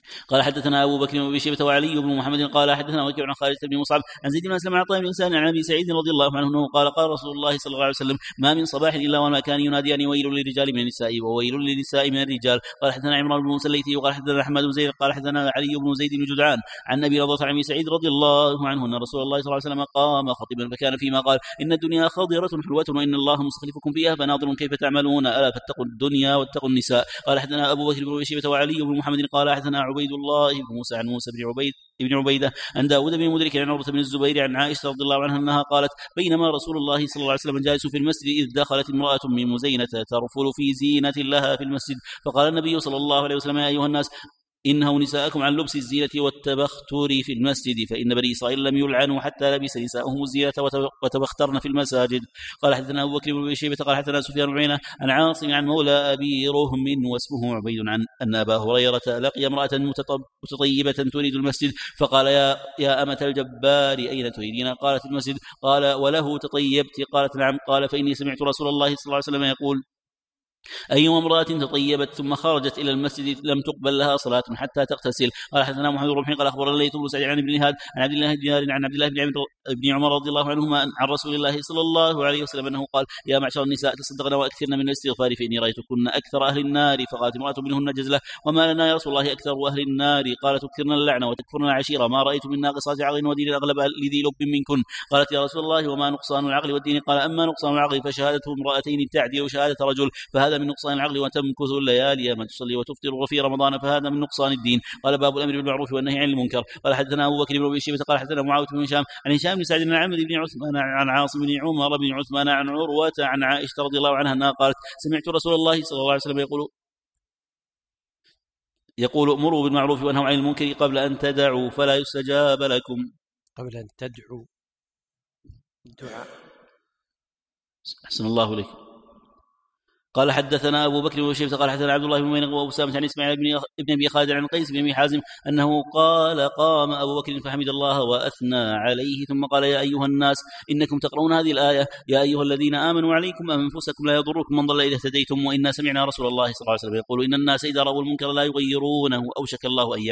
قال حدثنا أبو بكر بن شيبة وعلي بن محمد قال حدثنا وكيع عن خالد بن مصعب عن زيد بن أسلم عن عطاء بن إنسان عن أبي سعيد رضي الله عنه أنه قال قال رسول الله صلى الله عليه وسلم ما من صباح إلا وما كان ينادي أن ويل للرجال من النساء وويل للنساء من الرجال. قال حدثنا عمران بن موسى الليثي وقال حدثنا أحمد بن زيد قال حدثنا علي بن زيد بن جدعان عن أبي رضي عن أبي سعيد رضي الله عنه أن رسول الله صلى الله عليه وسلم قام خطيبا فكان فيما قال إن الدنيا خضرة حلوة وإن الله مستخلفكم فيها فناظر كيف تعملون ألا فاتقوا الدنيا واتقوا النساء. قال حدثنا أبو بكر بن شيبة وعلي بن محمد قال حدثنا عبيد الله بن موسى عن موسى بن عبيدة عن داود بن مدرك عن عروة بن الزبير عن عائشة رضي الله عنها أنها قالت بينما رسول الله صلى الله عليه وسلم جالس في المسجد إذ دخلت امرأة من مزينة ترفل في زينة لها في المسجد فقال النبي صلى الله عليه وسلم يا أيها الناس إنه نساءكم عن لبس الزينة والتبختر في المسجد فإن بني إسرائيل لم يلعنوا حتى لبس نساءهم الزينة وتبخترن في المساجد. قال حدثنا أبو بكر بن شيبة قال حدثنا سفيان بن عيينة عن عاصم عن مولى أبي رهم واسمه عبيد عن أن أبا هريرة لقي امرأة متطيبة تريد المسجد فقال يا أمة الجبار أين تريدين؟ قالت المسجد. قال وله تطيبت؟ قالت نعم. قال فإني سمعت رسول الله صلى الله عليه وسلم يقول أيما امرأة تطيبت ثم خرجت إلى المسجد لم تقبل لها صلاة حتى تغتسل. قال حدثنا محمد بن رمح قال أخبرنا الليث بن سعيد عن ابن هاد عن عبد الله بن دينار عن عبد الله بن عمر رضي الله عنهما عن رسول الله صلى الله عليه وسلم أنه قال يا معشر النساء تصدقن وأكثرن من الاستغفار فإني رأيتكن أكثر أهل النار. فقالت امرأة منهن جزلة وما لنا يا رسول الله أكثر أهل النار؟ قالت تكثرن اللعنة وتكفرن العشيرة ما رأيت من ناقصات عقل ودين أغلب لذي لب منكن. قالت يا رسول الله وما نقصان العقل والدين؟ قال أما نقصان العقل فشهادة امرأتين تعدل شهادة رجل فهذا من نقصان العقل تمكث الليالي من تصلي وتفطر في رمضان فهذا من نقصان الدين. قال باب الأمر بالمعروف والنهي عن المنكر. قال حدثنا أبو بكر بن أبي شيبة قال حدثنا معاوية بن هشام عن هشام بن سعد عن عمرو بن عثمان عن عاصم بن عمر بن عثمان عن عروة عن عائشة رضي الله عنها أنها قالت سمعت رسول الله صلى الله عليه وسلم يقول امروا بالمعروف وانهوا عن المنكر قبل أن تدعوا فلا يستجاب لكم. قبل أن تدعوا الدعاء. أحسن الله إليكم. قال حدثنا أبو بكر بن شيبة قال حدثنا عبد الله بن مينق وأسامة عن إسماعيل بن أبي خالد عن قيس بن أبي حازم أنه قال قام أبو بكر فحمد الله وأثنى عليه ثم قال يا أيها الناس إنكم تقرؤون هذه الآية يا أيها الذين آمنوا عليكم أنفسكم لا يضركم من ضل إذا اهتديتم وإنا سمعنا رسول الله صلى الله عليه وسلم يقول إن الناس إذا رأوا المنكر لا يغيرونه أوشك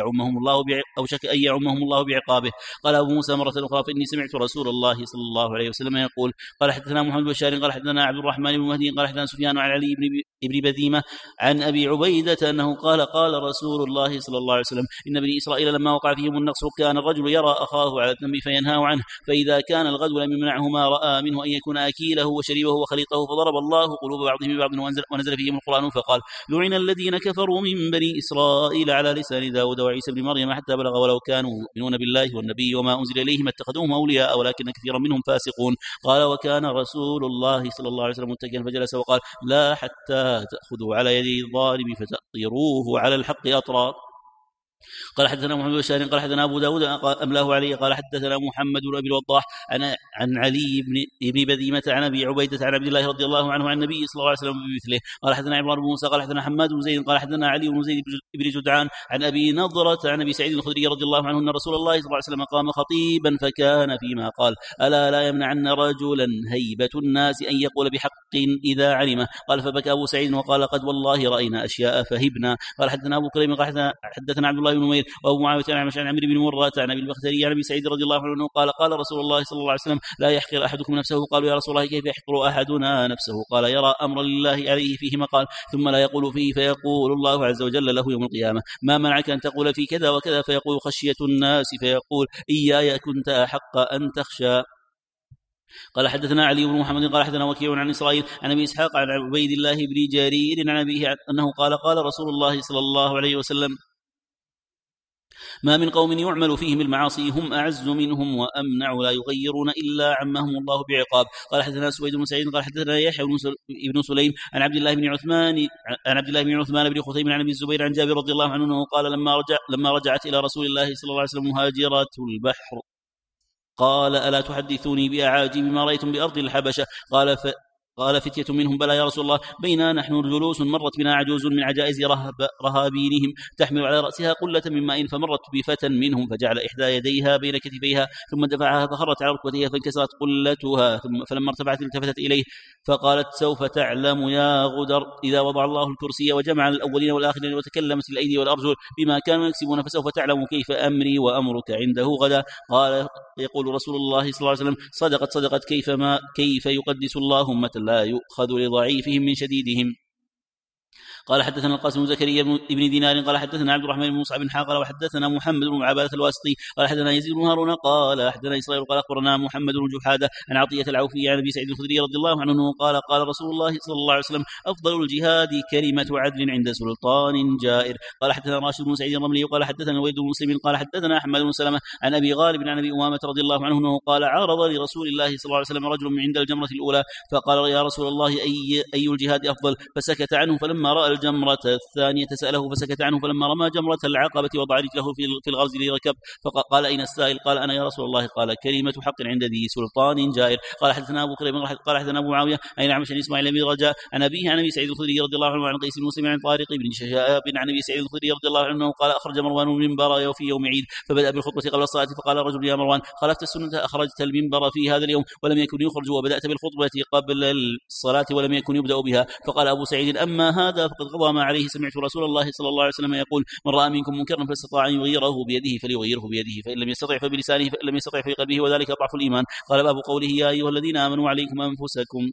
أن يعمهم الله بعقابه. قال أبو موسى مرة أخرى فإني سمعت رسول الله صلى الله عليه وسلم يقول. قال حدثنا محمد بن بشار قال حدثنا عبد الرحمن بن مهدي قال حدثنا سفيان عن علي ابن بذيمة عن أبي عبيدة أنه قال قال رسول الله صلى الله عليه وسلم إن بني إسرائيل لما وقع فيهم النقص كان الرجل يرى أخاه على الذنب فينهاه عنه فإذا كان الغدو لم يمنعه ما رأى منه أن يكون أكيله وشريبه وخليطه فضرب الله قلوب بعضهم ببعض ونزل فيهم القرآن فقال لعن الذين كفروا من بني إسرائيل على لسان داود وعيسى بن مريم حتى بلغ ولو كانوا يؤمنون بالله والنبي وما أنزل إليهم اتخذوهم أولياء ولكن كثيرا منهم فاسقون. قال وكان رسول الله صلى الله عليه وسلم متكئا فجلس وقال لا حتى تأخذوا على يدي الظالم فتأطروه على الحق أطرا. قال حدثنا محمد بن بشار قال حدثنا أبو داود أملاه عليه قال حدثنا محمد بن أبي الوضاح عن علي بن بذيمة عن أبي عبيدة عن عبد الله رضي الله عنه عن النبي صلى الله عليه وسلم بمثله. قال حدثنا عمران بن موسى قال حدثنا حماد بن زيد قال حدثنا علي بن زيد بن جدعان عن أبي نضرة عن أبي سعيد الخدري رضي الله عنه أن رسول الله صلى الله عليه وسلم قام خطيبا فكان فيما قال ألا لا يمنعن رجلا هيبة الناس أن يقول بحق إذا علمه. قال فبكى أبو سعيد وقال قد والله رأينا أشياء فهبنا. قال حدثنا أبو كريم قال حدثنا عبد الله بن نمير وأبو معاوية عن عمرو بن مرة عن أبي البختري عن أبي سعيد رضي الله عنه قال قال رسول الله صلى الله عليه وسلم لا يحقر أحدكم نفسه. قالوا يا رسول الله كيف يحقر أحدنا نفسه؟ قال يرى أمر لله عليه فيه مقال ثم لا يقول فيه فيقول الله عز وجل له يوم القيامة ما منعك أن تقول في كذا وكذا فيقول خشية الناس فيقول إياي كنت أحق أن تخشى. قال حدثنا علي بن محمد قال حدثنا وكيع عن إسرائيل عن أبي إسحاق عن عبيد الله بن جرير عن أبيه أنه قال قال رسول الله صلى الله عليه وسلم ما من قوم يعمل فيهم المعاصي هم أعز منهم وأمنع لا يغيرون إلا عمهم الله بعقاب. قال حدثنا سويد بن سعيد قال حدثنا يحيى بن سليم عن عبد الله بن عثمان بن خثيم عن أبي الزبير عن جابر رضي الله عنه قال لما رجعت إلى رسول الله صلى الله عليه وسلم مهاجرة البحر قال ألا تحدثوني بأعاجب ما رأيتم بأرض الحبشة؟ قال فتية منهم بلى يا رسول الله، بينا نحن جلوس مرت بنا عجوز من عجائز رهابينهم تحمل على رأسها قلة من ماء، فمرت بفتى منهم فجعل إحدى يديها بين كتفيها ثم دفعها فخرت على ركبتيها فانكسرت قلتها، فلما ارتفعت التفتت إليه فقالت سوف تعلم يا غدر إذا وضع الله الكرسي وجمع الأولين والآخرين وتكلمت الأيدي والأرجل بما كانوا يكسبون فسوف تعلم كيف أمري وأمرك عنده غدا. قال يقول رسول الله صلى الله عليه وسلم صدقت كيف يقدس الله أمة لا يؤخذ لضعيفهم من شديدهم. قال حدثنا القاسم بن زكريا بن دينار قال حدثنا عبد الرحمن بن مصعب بن حاقل وحدثنا محمد بن عبادة الواسطي قال حدثنا يزيد بن هارون قال حدثنا إسرائيل قال أخبرنا محمد بن جحادة عن عطية العوفي عن أبي سعيد الخدري رضي الله عنه قال رسول الله صلى الله عليه وسلم أفضل الجهاد كلمة عدل عند سلطان جائر. قال حدثنا راشد بن سعيد الرملي قال حدثنا الوليد بن مسلم قال حدثنا أحمد بن سلمة عن أبي غالب عن أبي أمامة رضي الله عنه قال عرض لرسول الله صلى الله عليه وسلم رجل من عند الجمرة الأولى فقال يا رسول الله أي الجهاد أفضل؟ فسكت عنه، فلما رأى الجمرة الثانية سأله فسكت عنه، فلما رمى جمرة العقبة وضع رجله في الغرز لركب فقال أين السائل؟ قال أنا يا رسول الله. قال كلمة حق عند ذي سلطان جائر. قال حدثنا أبو كريم قال حدثنا أبو معاوية عن عمش عن إسماعيل بن رجاء عن أبيه عن أبي سعيد الخدري رضي الله عنه عن قيس بن مسلم عن طارق بن شهاب عن أبي سعيد الخدري رضي الله عنه قال أخرج مروان المنبر في يوم عيد فبدأ بالخطبة قبل الصلاة فقال رجل يا مروان خالفت السنة أخرجت المنبر في هذا اليوم ولم يكن يخرج وبدأت بالخطبة قبل الصلاة ولم يكن يبدأ بها. فقال أبو سعيد أما هذا فقد قضى ما عليه، سمعت رسول الله صلى الله عليه وسلم يقول من رأى منكم منكرا فاستطاع أن يغيره بيده فليغيره بيده، فإن لم يستطع فبلسانه، فإن لم يستطع في قلبه وذلك ضعف الإيمان. قال باب قوله يا أيها الذين آمنوا عليكم أنفسكم.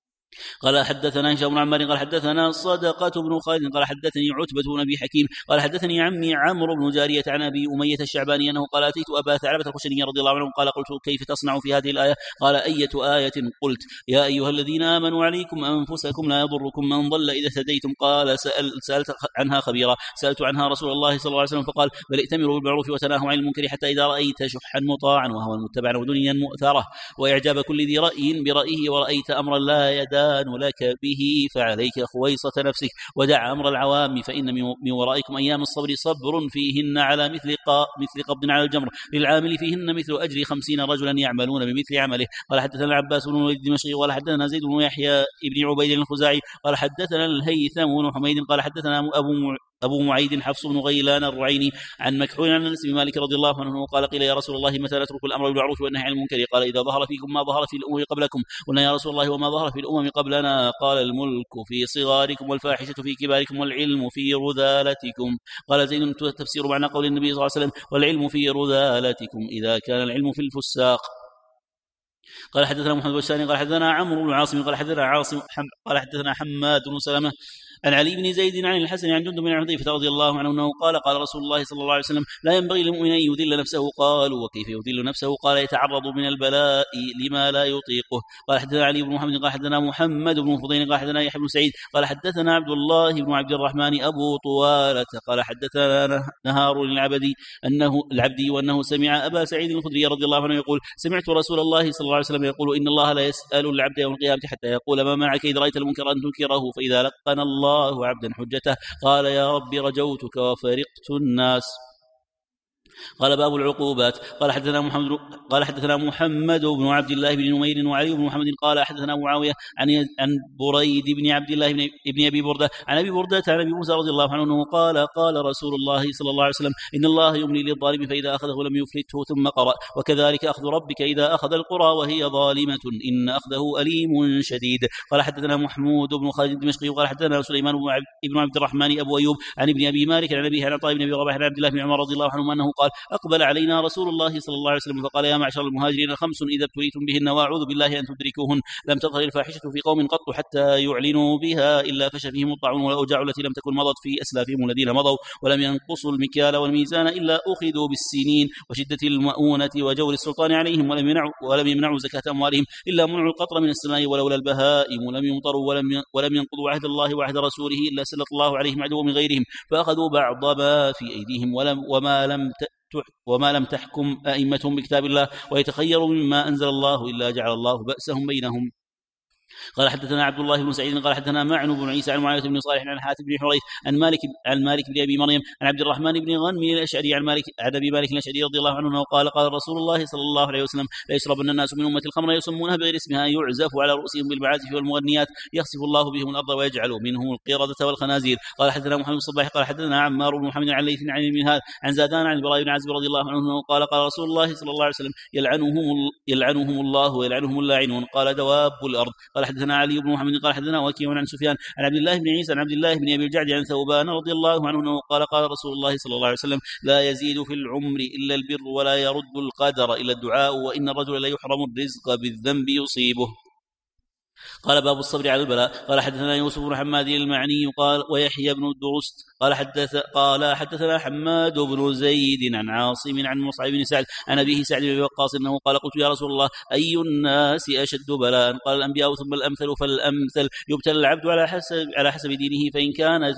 قال حدثنا هشام بن عمار قال حدثنا صدقة بن خالد قال حدثني عتبة بن أبي حكيم قال حدثني عمي عمرو بن جارية عن أبي أمية الشعباني أنه قال أتيت أبا ثعلبة الخشني رضي الله عنه قال قلت كيف تصنع في هذه الآية؟ قال أية آية؟ قلت يا أيها الذين آمنوا عليكم أنفسكم لا يضركم من ضل إذا اهتديتم. قال سألت عنها خبيرا، سألت عنها رسول الله صلى الله عليه وسلم فقال بل ائتمروا بالمعروف وتناهوا عن المنكر حتى إذا رأيت شحا مطاعا وهوى متبعا ودنيا مؤثرة وإعجاب كل ذي رأي برأيه ورأيت أمرا لا يدان لك به فعليك خويصة نفسك ودع أمر العوام فإن من ورائكم أيام الصبر صبر فيهن على مثل قبض على الجمر للعامل فيهن مثل أجر 50 رجلا يعملون بمثل عمله. قال حدثنا العباس بن وليد الدمشقي قال حدثنا زيد بن يحيى بن عبيد الخزاعي قال حدثنا الهيثم بن حميد قال حدثنا أبو معيد حفص بن غيلان الرعيني عن مكحول عن أنس بن مالك رضي الله عنه قال قيل يا رسول الله متى نترك الأمر بالمعروف والنهي عن المنكر؟ قال إذا ظهر فيكم ما ظهر في الأمم قبلكم. قلنا يا رسول الله وما ظهر في الأمم قبلنا؟ قال الملك في صغاركم والفاحشة في كباركم والعلم في رذالتكم. قال زيد تفسير معنى قول النبي صلى الله عليه وسلم والعلم في رذالتكم إذا كان العلم في الفساق. قال حدثنا محمد بن الثاني قال حدثنا عمرو بن عاصم قال حدثنا حماد بن سلمة عن علي بن زيد عن الحسن عن جندب بن حذيفة رضي الله عنه أنه قال رسول الله صلى الله عليه وسلم لا ينبغي للمؤمن أن يذل نفسه. قالوا وكيف يذل نفسه؟ قال يتعرض من البلاء لما لا يطيقه. قال حدثنا علي بن محمد قال حدثنا محمد بن فضيل قال حدثنا يحيى بن سعيد قال حدثنا عبد الله بن عبد الرحمن أبو طوالة قال حدثنا نهار العبدي وأنه سمع أبا سعيد الخدري رضي الله عنه يقول سمعت رسول الله صلى الله عليه وسلم يقول إن الله لا يسأل العبد يوم القيامة حتى يقول ما معك إذا رأيت المنكر أن تنكره فإذا لقن الله عبدا حجته قال يا رب رجوتك وفرقت الناس. قال باب العقوبات. قال حدثنا محمد بن عبد الله بن نمير وعلي بن محمد قال حدثنا معاوية عن بريد بن عبد الله بن أبي بردة عن أبي بردة عن أبي موسى رضي الله عنه قال رسول الله صلى الله عليه وسلم إن الله يملي للظالم فإذا أخذه لم يفلته ثم قرأ وكذلك أخذ ربك إذا أخذ القرى وهي ظالمة إن أخذه أليم شديد. قال حدثنا محمود بن خالد الدمشقي قال حدثنا سليمان بن عبد الرحمن أبو أيوب عن ابن أبي مالك عن أبيه عن عطاء بن أبي رباح عن عبد الله بن عمر رضي الله عنه أنه قال أقبل علينا رسول الله صلى الله عليه وسلم فقال يا معشر المهاجرين 5 إذا ابتليتم بهن وأعوذ بالله أن تدركوهن لم تظهر الفاحشة في قوم قط حتى يعلنوا بها إلا فشى فيهم الطاعون والأوجاع التي لم تكن مضت في أسلافهم الذين مضوا ولم ينقصوا المكيال والميزان إلا أخذوا بالسنين وشدة المؤونة وجور السلطان عليهم ولم يمنعوا زكاة أموالهم إلا منعوا القطر من السماء ولولا البهائم لم يمطروا ولم ينقضوا عهد الله وعهد رسوله إلا سلط الله عليهم عدو من غيرهم فأخذوا بعض ما في أيديهم وما لم تحكم أئمتهم بكتاب الله ويتخيروا مما أنزل الله إلا جعل الله بأسهم بينهم. قال حدثنا عبد الله بن سعيد قال حدثنا معن بن عيسى عن معاوية بن صالح عن حاتم بن حريث عن مالك بن أبي مريم عن عبد الرحمن بن غنم الأشعري عن أبي مالك الأشعري رضي الله عنه قال قال رسول الله صلى الله عليه وسلم لا يشربن الناس من أمة الخمر يسمونها بغير اسمها يعزف على رؤوسهم بالمعازف والمغنيات يخسف الله بهم الأرض ويجعل منهم القردة والخنازير. قال حدثنا محمد الصباح قال حدثنا عمار بن محمد عن ليث عن المنهال عن زادان عن البراء بن عازب رضي الله عنه قال قال رسول الله صلى الله عليه وسلم يلعنهم الله ويلعنهم اللاعنون. قال دواب الأرض. قال حدثنا علي بن محمد قال حدثنا وكيع عن سفيان عن عبد الله بن عيسى عن عبد الله بن أبي الجعد عن ثوبان رضي الله عنه قال قال رسول الله صلى الله عليه وسلم لا يزيد في العمر إلا البر ولا يرد القدر إلا الدعاء وإن الرجل لا يحرم الرزق بالذنب يصيبه. قال باب الصبر على البلاء. قال حدثنا يوسف بن حماد المعني قال ويحيى بن الدرست قال حدثنا حماد بن زيد عن عاصم عن مصعب بن سعد عن أبيه سعد بن وقاص أنه قال قلت يا رسول الله أي الناس أشد بلاء؟ قال الأنبياء ثم الأمثل فالأمثل يبتلى العبد على حسب دينه فإن كان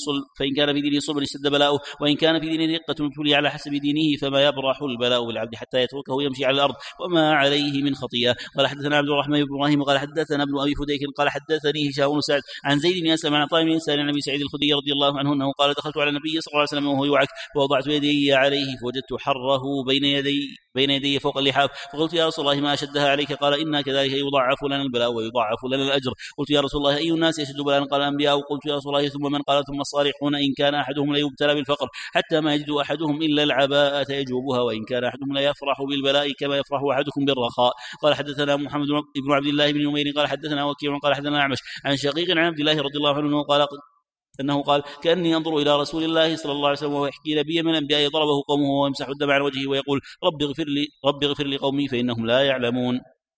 في دينه صلب اشتد بلاؤه وإن كان في دينه رقة ابتلي على حسب دينه فما يبرح البلاء بالعبد حتى يتركه يمشي على الأرض وما عليه من خطيئة. قال حدثنا عبد الرحمن بن إبراهيم قال حدثنا ابن أبي فديك قال حدثني هشام بن سعد عن زيد بن أسلم عن عطاء بن يسار عن أبي سعيد الخدري رضي الله عنه أنه قال دخلت على النبي صلى الله عليه وسلم وهو يوعك فوضعت يدي عليه فوجدت حره بين يدي فوق اللحاف فقلت يا رسول الله ما أشدها عليك؟ قال إنا كذلك يضاعف لنا البلاء ويضاعف لنا الأجر. قلت يا رسول الله أي الناس يشد بلاء؟ قال الأنبياء. قلت يا رسول الله ثم من؟ قال ثم الصالحون إن كان أحدهم لا يبتلى بالفقر حتى ما يجد أحدهم إلا العباءة يجوبها وإن كان أحدهم لا يفرح بالبلاء كما يفرح أحدكم بالرخاء. قال حدثنا محمد بن عبد الله بن يمير قال حدثنا وكيع قال حدثنا أعمش عن شقيق عن عبد الله رضي الله عنه قال أنه قال كأني أنظر إلى رسول الله صلى الله عليه وسلم وهو يحكي نبيا من الأنبياء ضربه قومه ويمسح الدم عن وجهه ويقول رب اغفر لي قومي فإنهم لا يعلمون.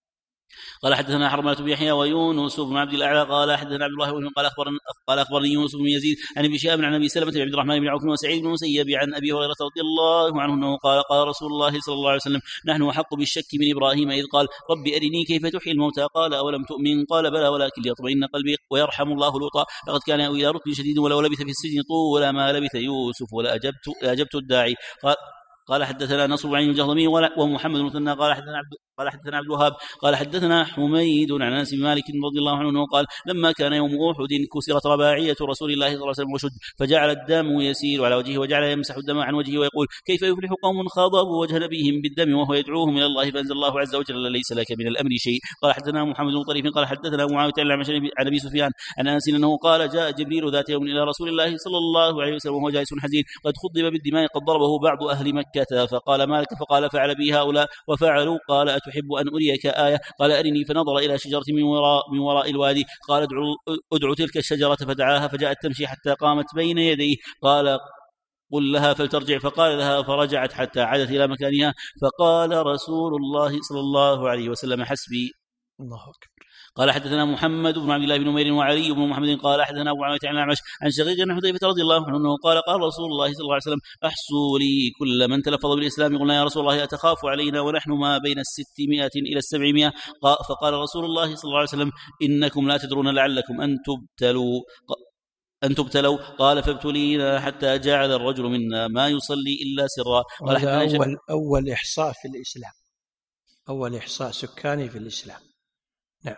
قال حدثنا حرملة بن يحيى ويونس بن عبد الأعلى قال حدثنا عبد الله قال أخبرني يونس بن يزيد عن ابن شهاب عن أبي سلمة بن عبد الرحمن بن عوف وسعيد بن المسيب عن أبي هريرة رضي الله عنه أنه قال قال رسول الله صلى الله عليه وسلم نحن أحق بالشك من إبراهيم إذ قال رب أرني كيف تحيي الموتى قال أولم تؤمن قال بلى ولكن ليطمئن قلبي ويرحم الله لوطا لقد كان يأوي إلى ركن شديد ولو لبث في السجن طول ما لبث يوسف ولا أجبت الداعي. قال حدثنا نصر بن الجهضمي ومحمد المثنى قال حدثنا عبد الوهاب قال حدثنا حميد عن انس بن مالك رضي الله عنه قال لما كان يوم احد كسرت رباعيه رسول الله صلى الله عليه وسلم وشد فجعل الدم يسير على وجهه وجعل يمسح الدم عن وجهه ويقول كيف يفلح قوم خاضبوا وجه نبيهم بالدم وهو يدعوهم الى الله فانزل الله عز وجل ليس لك من الامر شيء. قال حدثنا محمد بن طريف قال حدثنا معاويه عن ابي سفيان عن انس انه قال جاء جبريل ذات يوم الى رسول الله صلى الله عليه وسلم وهو جالس حزين قد خضب بالدماء قد ضربه بعض اهل مكه فقال مالك فقال فعل بي هؤلاء وفعلوا. قال أتحب أن أريك آية؟ قال أرني. فنظر إلى شجرة من وراء الوادي قال ادعو تلك الشجرة فدعاها فجاءت تمشي حتى قامت بين يديه قال قل لها فلترجع فقال لها فرجعت حتى عادت إلى مكانها فقال رسول الله صلى الله عليه وسلم حسبي. الله أكبر. قال حدثنا محمد بن عبد الله بن نمير وعلي بن محمد قال حدثنا ابو معاويه عن الاعمش عن شقيق بن حذيفه رضي الله عنه قال قال رسول الله صلى الله عليه وسلم احصوا لي كل من تلفظ بالاسلام. قلنا يا رسول الله اتخاف علينا ونحن ما بين 600 الى 700. فقال رسول الله صلى الله عليه وسلم انكم لا تدرون لعلكم أن تبتلوا. قال فابتلينا حتى جعل الرجل منا ما يصلي إلا سرا. قال أول إحصاء في الإسلام، أول إحصاء سكاني في الإسلام. نعم.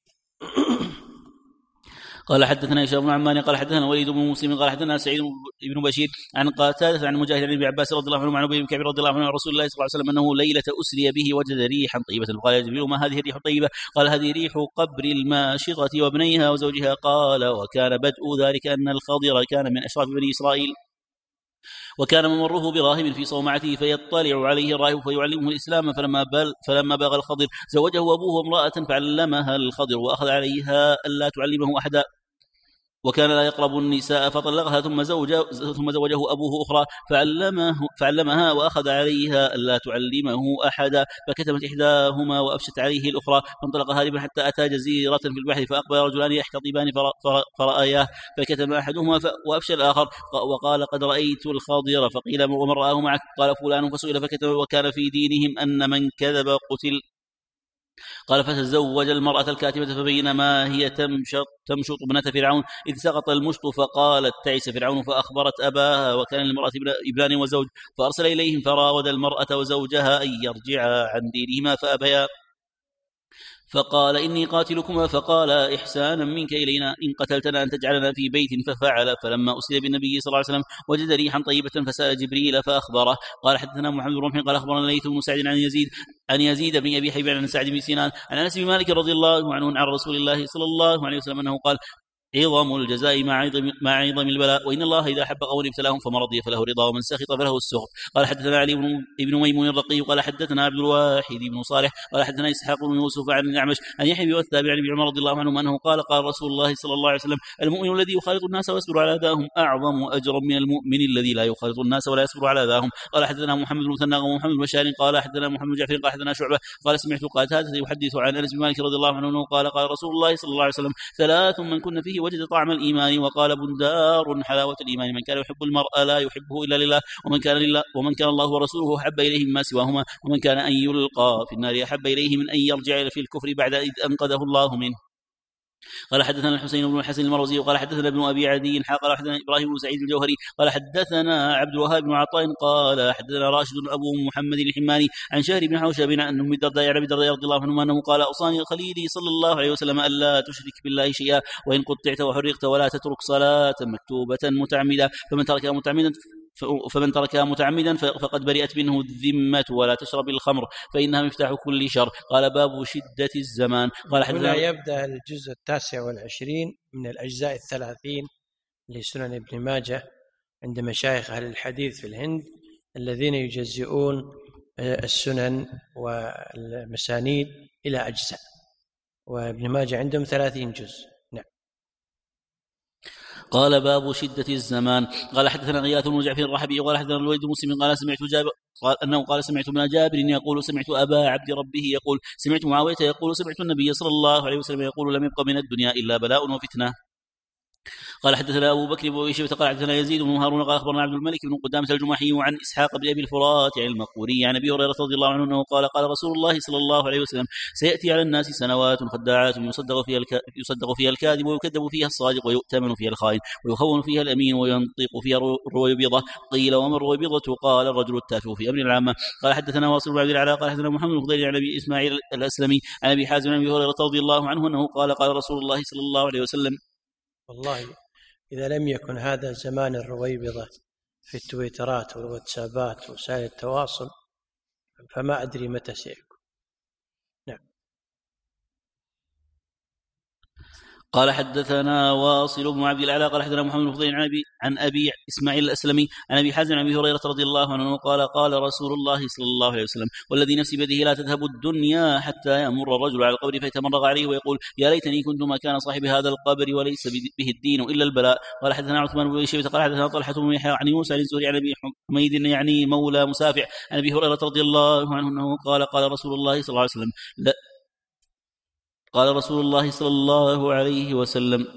قال حدثنا هشام بن عمان قال حدثنا وليد بن مسلم قال حدثنا سعيد بن بشير عن قتادة عن مجاهد بن عباس رضي الله عنه عن ابي بن كعب رضي الله عنه عن رسول الله صلى الله عليه وسلم انه ليله اسري به وجد ريحا طيبه. قال يا جبريل ما هذه الريح الطيبه؟ قال هذه ريح قبر الماشطه وابنيها وزوجها. قال وكان بدء ذلك ان الخضر كان من اشراف بني اسرائيل وكان ممره براهب في صومعته فيطلع عليه الراهب فيعلمه الإسلام فلما بلغ الخضر زوجه أبوه امرأة فعلمها الخضر وأخذ عليها ألا تعلمه أحدا وكان لا يقرب النساء فطلقها ثم زوجه أبوه أخرى فعلمها وأخذ عليها ألا تعلمه أحدا فكتمت إحداهما وأفشت عليه الأخرى فانطلق هاربا حتى أتى جزيرة في البحر فأقبل رجلان يحتطبان فرآياه فكتم أحدهما وأفشى الآخر وقال قد رأيت الخاضر. فقيل ومن رآه معك؟ قال فلان فسئل فكتم وكان في دينهم أن من كذب قتل. قال فتزوج المرأة الكاتبة فبينما هي تمشط ابنة فرعون إذ سقط المشط فقالت تعس فرعون فأخبرت أباها وكان للمرأة ابنان وزوج فأرسل إليهم فراود المرأة وزوجها أن يرجعا عن دينهما فقال إني قاتلكما، فقال إحسانا منك إلينا إن قتلتنا أن تجعلنا في بيت، ففعل. فلما أسري بالنبي صلى الله عليه وسلم وجد ريحا طيبة فسأل جبريل فأخبره. قال حدثنا محمد بن رمح قال أخبرنا ليث بن سعد عن يزيد بن أبي حبيب عن سعد بن سنان عن أنس بن مالك رضي الله عنه عن رسول الله صلى الله عليه وسلم أنه قال عظم الجزاء مع عظم البلاء، وإن الله إذا حب قوم ابتلاهم فمن رضي فله رضا ومن سخط فله السخط. قال حدثنا علي بن ميمون الرقي قال حدثنا عبد الواحد بن صالح قال حدثنا إسحاق بن يوسف عن الأعمش عن يحيى والثابت عن ابن عمر رضي الله عنه أنه قال قال رسول الله صلى الله عليه وسلم المؤمن الذي يخالط الناس ويصبر على أذاهم أعظم أجرا من المؤمن الذي لا يخالط الناس ولا يصبر على أذاهم. قال حدثنا محمد بن مثنى ومحمد بن بشار قال حدثنا محمد بن جعفر قال حدثنا شعبة قال سمعت قتادة يحدث عن أنس بن مالك رضي الله عنه قال قال رسول الله صلى الله عليه وسلم ثلاث من كن فيه وجد طعم الإيمان. وقال بندار حلاوة الإيمان من كان يحب المرء لا يحبه إلا لله ومن كان الله ورسوله أحب إليه مما سواهما ومن كان أن يلقى في النار أحب إليه من أن يرجع في الكفر بعد إذ أنقذه الله منه. قال حدثنا الحسين بن الحسن المروزي وقال حدثنا ابن أبي عدي قال حدثنا إبراهيم بن سعيد الجوهري قال حدثنا عبد الوهاب بن عطاء قال حدثنا راشد أبو محمد الحماني عن شهر بن حوشب عن أم الدرداء رضي الله عنه أنه قال أوصاني خليلي صلى الله عليه وسلم ألا تشرك بالله شيئا وإن قطعت وحرقت ولا تترك صلاة مكتوبة متعمدة فمن تركها متعمدا فقد برئت منه الذمة ولا تشرب الخمر فإنها مفتاح كل شر. قال باب شدة الزمان. قال هنا يبدأ الجزء 29 من الأجزاء 30 لسنن ابن ماجه عند مشايخ أهل الحديث في الهند الذين يجزئون السنن والمسانيد إلى أجزاء، وابن ماجه عندهم 30 جزء. قال باب شدة الزمان. قال حدثنا غياث بن جعفر الرحبي قال حدثنا الوليد بن مسلم قال سمعت جابر قال سمعت ابن جابر يقول سمعت أبا عبد ربه يقول سمعت معاوية يقول سمعت النبي صلى الله عليه وسلم يقول لم يبق من الدنيا إلا بلاء وفتنة. قال حدثنا أبو بكر بن شيبة قال حدثنا يزيد بن هارون قال أخبرنا عبد الملك بن قدامة الجمحي عن إسحاق بن أبي الفرات عن المقبوري عن أبي هريرة رضي الله عنه أنه قال قال رسول الله صلى الله عليه وسلم سيأتي على الناس سنوات خداعات يصدق فيها الكاذب ويكذب فيها الصادق ويؤتمن فيها الخائن ويخون فيها الأمين وينطق فيها الرويبضة. قيل وما الرويبضة؟ قال الرجل التافه في أمر العامة. قال حدثنا واصل بن عبد العلاء قال حدثنا محمد بن فضيل عن أبي إسماعيل الأسلمي عن أبي حازم عن أبي هريرة رضي الله عنه أنه قال قال رسول الله صلى الله عليه وسلم والله إذا لم يكن هذا زمان الرويبضة في التويترات والواتسابات ووسائل التواصل فما أدري متى سيكون. نعم. قال حدثنا واصل بن عبد الأعلى قال حدثنا محمد بن فضيل عن أبي إسماعيل الأسلمي عن أبي حازم عن أبي هريرة رضي الله عنه قال قال رسول الله صلى الله عليه وسلم والذي نفسي بيده لا تذهب الدنيا حتى يمر الرجل على القبر فيتمرغ عليه ويقول يا ليتني كنت مكان صاحب هذا القبر وليس به الدين إلا البلاء. قال حدثنا عثمان بن شيبة قال حدثنا طلحة بن يحيى عن يوسف عن الزهري عن أبي حميد يعني مولى مسافع عن أبي هريرة رضي الله عنه أنه قال قال رسول الله صلى الله عليه وسلم قال رسول الله صلى الله عليه وسلم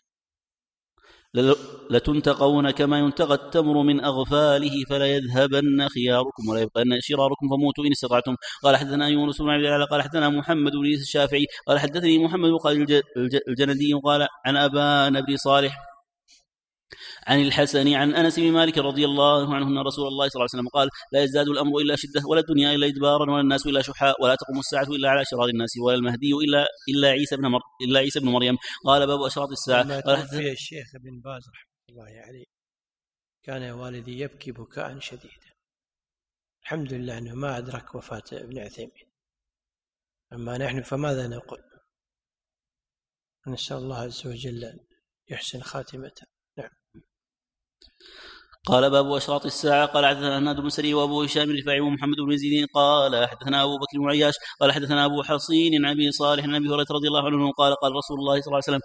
لتنتقون كما ينتقى التمر من أغفاله فلا يذهبن خياركم ولا يبقين شراركم فموتوا إن استطعتم. قال حدثنا يونس بن عبد الله قال حدثنا محمد بن الشافعي قال حدثني محمد قال الجندي قال عن أبان بن صالح عن الحسن عن أنس بن مالك رضي الله عنه أن رسول الله صلى الله عليه وسلم قال لا يزداد الأمر إلا شدة ولا الدنيا إلا إدبارا ولا الناس إلا شحاء ولا تقوم الساعة إلا على شرار الناس ولا المهدي إلا عيسى بن مريم. قال باب أشراط الساعة. قال توفي الشيخ بن باز رحمه الله عليه كان والدي يبكي بكاء شديدا. الحمد لله أنه ما أدرك وفاة ابن عثيمين. أما نحن فماذا نقول؟ نسأل الله عز وجل يحسن خاتمته. نعم. قال باب أشراط الساعة. قال حدثنا هناد بن سري وأبو هشام الرفاعي ومحمد بن يزيد قال حدثنا أبو بكر بن عياش قال حدثنا أبو حصين عن أبي صالح عن أبي هريرة رضي الله عنه قال قال رسول الله صلى الله عليه وسلم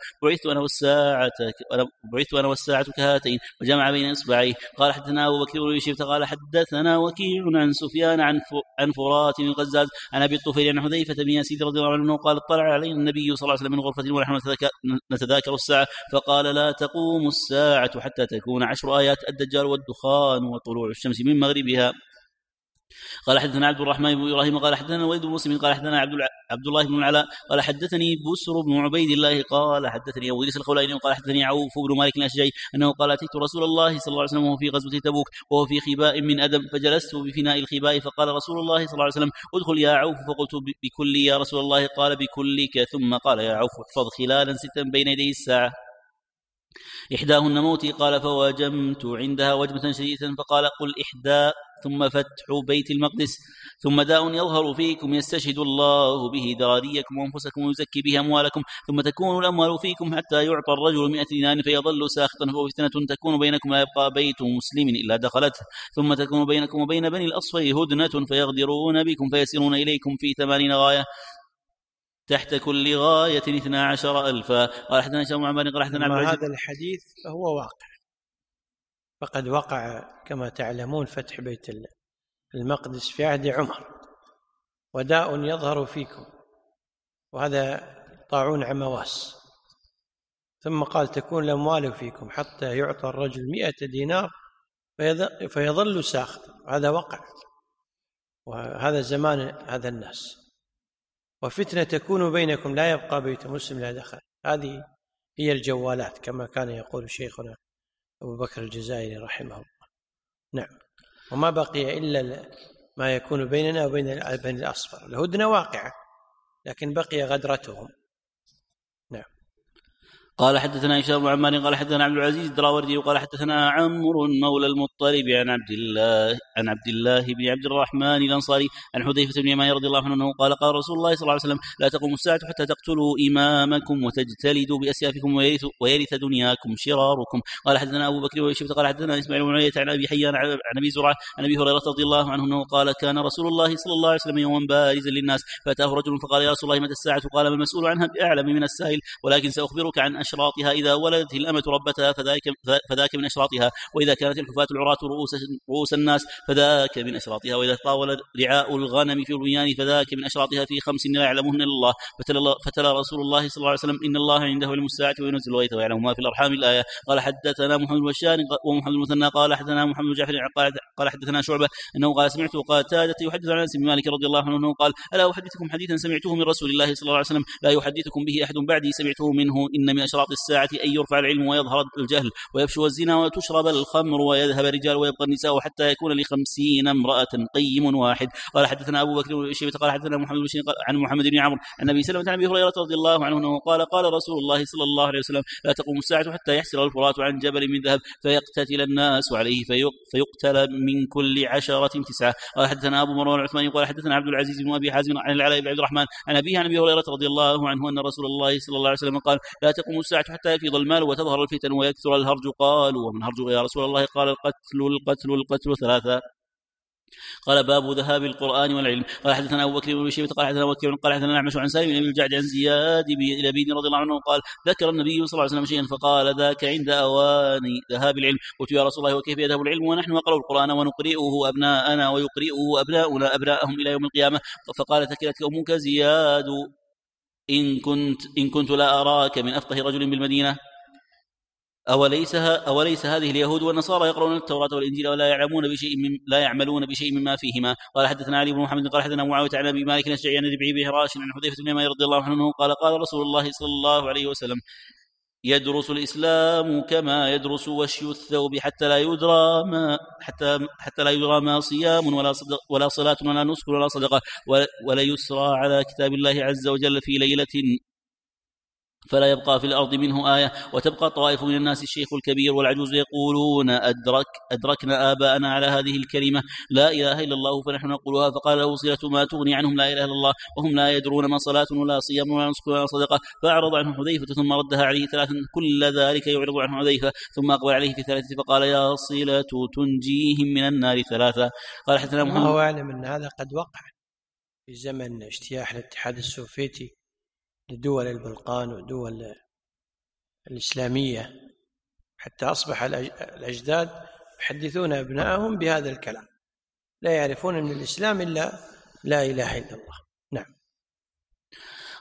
بعثت أنا والساعة كهاتين وجمع بين إصبعيه. قال حدثنا أبو بكر بن يشيب قال حدثنا وكيع عن سفيان عن فرات القزاز عن أبي الطفيل عن حذيفة بن يزيد رضي الله عنه قال اطلع علينا النبي صلى الله عليه وسلم من غرفة ونحن نتذاكر الساعة فقال لا تقوم الساعة حتى تكون 10 آيات الدجال والدخان وطلوع الشمس من مغربها. قال حدثنا عبد الرحمن بن إبراهيم قال حدثنا وليد بن مسلم قال حدثنا عبد الله بن العلاء قال حدثني بسر بن عبيد الله قال حدثني أبو إدريس الخولاني قال حدثني عوف بن مالك الأشجعي أنه قال أتيت رسول الله صلى الله عليه وسلم وهو في غزوة تبوك وهو في خباء من أدم فجلست بفناء الخباء فقال رسول الله صلى الله عليه وسلم ادخل يا عوف فقلت بكل يا رسول الله قال بكلك ثم قال يا عوف احفظ خلالا 6 بين يدي الساعة إحداهن موتي قال فوجمت عندها وجمة شديدة فقال قل إحدى ثم فتح بيت المقدس ثم داء يظهر فيكم يستشهد الله به ذراريكم وأنفسكم ويزكي به أموالكم ثم تكون الأموال فيكم حتى يعطى الرجل 100 دينار فيظل ساخطا ففتنة تكون بينكم لا يبقى بيت مسلم إلا دخلته ثم تكون بينكم وبين بني الأصفر هدنة فيغدرون بكم فيسيرون إليكم في 80 غاية تحت كل غاية 12,000. قال حدثنا هشام بن عمار قال حدثنا عبد العزيز. هذا الحديث فهو واقع، فقد وقع كما تعلمون فتح بيت المقدس في عهد عمر، وداء يظهر فيكم، وهذا طاعون عمواس، ثم قال تكون الأموال فيكم حتى يعطى الرجل 100 دينار فيظل ساخطا، هذا وقع، وهذا زمان هذا الناس. وفتنة تكون بينكم لا يبقى بيت مسلم لا دخل، هذه هي الجوالات كما كان يقول شيخنا أبو بكر الجزائري رحمه الله. نعم، وما بقي إلا ما يكون بيننا وبين بني الأصفر، الهدنة واقعة لكن بقي غدرتهم. نعم. قال حدثنا هشام بن عمار قال حدثنا عبد العزيز الدراوردي قال حدثنا عمرو مولى المطلب عن عبد الله بن عبد الرحمن الأنصاري عن حذيفة بن يمان رضي الله عنه قال قال رسول الله صلى الله عليه وسلم لا تقوم الساعة حتى تقتلوا إمامكم وتجتلدوا بأسيافكم ويرث دنياكم شراركم. قال حدثنا أبو بكر وشيبة قال حدثنا إسماعيل بن علية عن أبي حيان عن أبي زرعة عن أبي هريرة رضي الله عنه أنه قال كان رسول الله صلى الله عليه وسلم يوما بارزا للناس فأتاه رجل فقال يا رسول الله متى الساعة؟ قال ما المسؤول عنها بأعلم من السائل، ولكن سأخبرك عن أشراطها إذا ولدت الأمة ربتها فذاك من أشراطها، وإذا كانت الحفاة العراة رؤوس الناس فذاك من أشراطها، وإذا طاول رعاء الغنم في البنيان فذاك من أشراطها في 5 لا يعلمهن إلا الله. فتلا رسول الله صلى الله عليه وسلم إن الله عنده علم الساعة وينزل الغيث ويعلم ما في الأرحام الآية. قال حدثنا محمد بن بشار ومحمد المثنى قال حدثنا محمد بن جعفر قال حدثنا شعبة أنه قال سمعت قتادة يحدث عن أنس بن مالك رضي الله عنه أنه قال ألا أحدثكم حديثا سمعته من رسول الله صلى الله عليه وسلم لا يحدثكم به أحد بعدي سمعته منه إن من أشراط الساعة أن يرفع العلم ويظهر الجهل ويفشو الزنا وتشرب الخمر ويذهب الرجال ويبقى النساء حتى يكون ل50 امرأة قيم واحد. قال حدثنا أبو بكر بن شيبة قال حدثنا محمد بن بشير عن محمد بن عمرو عن أبي سلمة عن أبي هريرة رضي الله عنه أنه قال قال رسول الله صلى الله عليه وسلم لا تقوم الساعة حتى يحسر الفرات عن جبل من ذهب فيقتتل الناس عليه فيقتل من كل 10 9. قال حدثنا أبو مروان العثماني قال حدثنا عبد العزيز بن أبي حازم عن العلاء بن عبد الرحمن عن أبيه عن أبي هريرة رضي الله عنه أن رسول الله صلى الله عليه وسلم قال لا تقوم الساعة حتى يفيض المال وتظهر الفتن ويكثر الهرج. قالوا ومن هرج يا رسول الله؟ قال القتل 3. قال باب ذهاب القرآن والعلم. قال حدثنا أبو بكر بن شيبة قال حدثنا وكيع قال حدثنا الأعمش عن سالم بن الجعد عن زياد بن لبيد رضي الله عنه قال ذكر النبي صلى الله عليه وسلم شيئا فقال ذاك عند أوان ذهاب العلم. قلت يا رسول الله وكيف يذهب العلم ونحن نقرأ القرآن ونقرئه أبناءنا ويقرئه أبناؤنا أبناءهم إلى يوم القيامة؟ فقال ثكلتك أمك زياد إن كنت لا أراك من أفقه رجل بالمدينة. أوليس هذه اليهود والنصارى يقرؤون التوراة والإنجيل ولا يعملون بشيء مما فيهما؟ قال حدثنا علي بن محمد قال حدثنا معاوية عن أبي مالك الأشجعي عن ربيعي بن هراش عن حذيفة بن يمان رضي الله عنه قال قال رسول الله صلى الله عليه وسلم يدرس الإسلام كما يدرس وشي الثوب حتى لا يدرى ما صيام ولا صلاة ولا نسك ولا صدقة ولا يسرى على كتاب الله عز وجل في ليلة فلا يبقى في الأرض منه آية. وتبقى طوائف من الناس الشيخ الكبير والعجوز يقولون أدركنا آباءنا على هذه الكلمة لا إله إلا الله فنحن نقولها. فقال له صلة ما تغني عنهم لا إله إلا الله وهم لا يدرون ما صلاة ولا صيام ولا نسك ولا صدقة. فأعرض عنه حذيفة ثم ردها عليه 3 كل ذلك يعرض عنه حذيفة ثم أقبل عليه في 3 فقال يا صلة تنجيهم من النار 3. قال حدثنا محمد. هو أعلم أن هذا قد وقع في زمن اجتياح الاتحاد السوفيتي لدول البلقان ودول الإسلامية حتى أصبح الأجداد يحدثون أبنائهم بهذا الكلام لا يعرفون من الإسلام إلا لا إله إلا الله. نعم.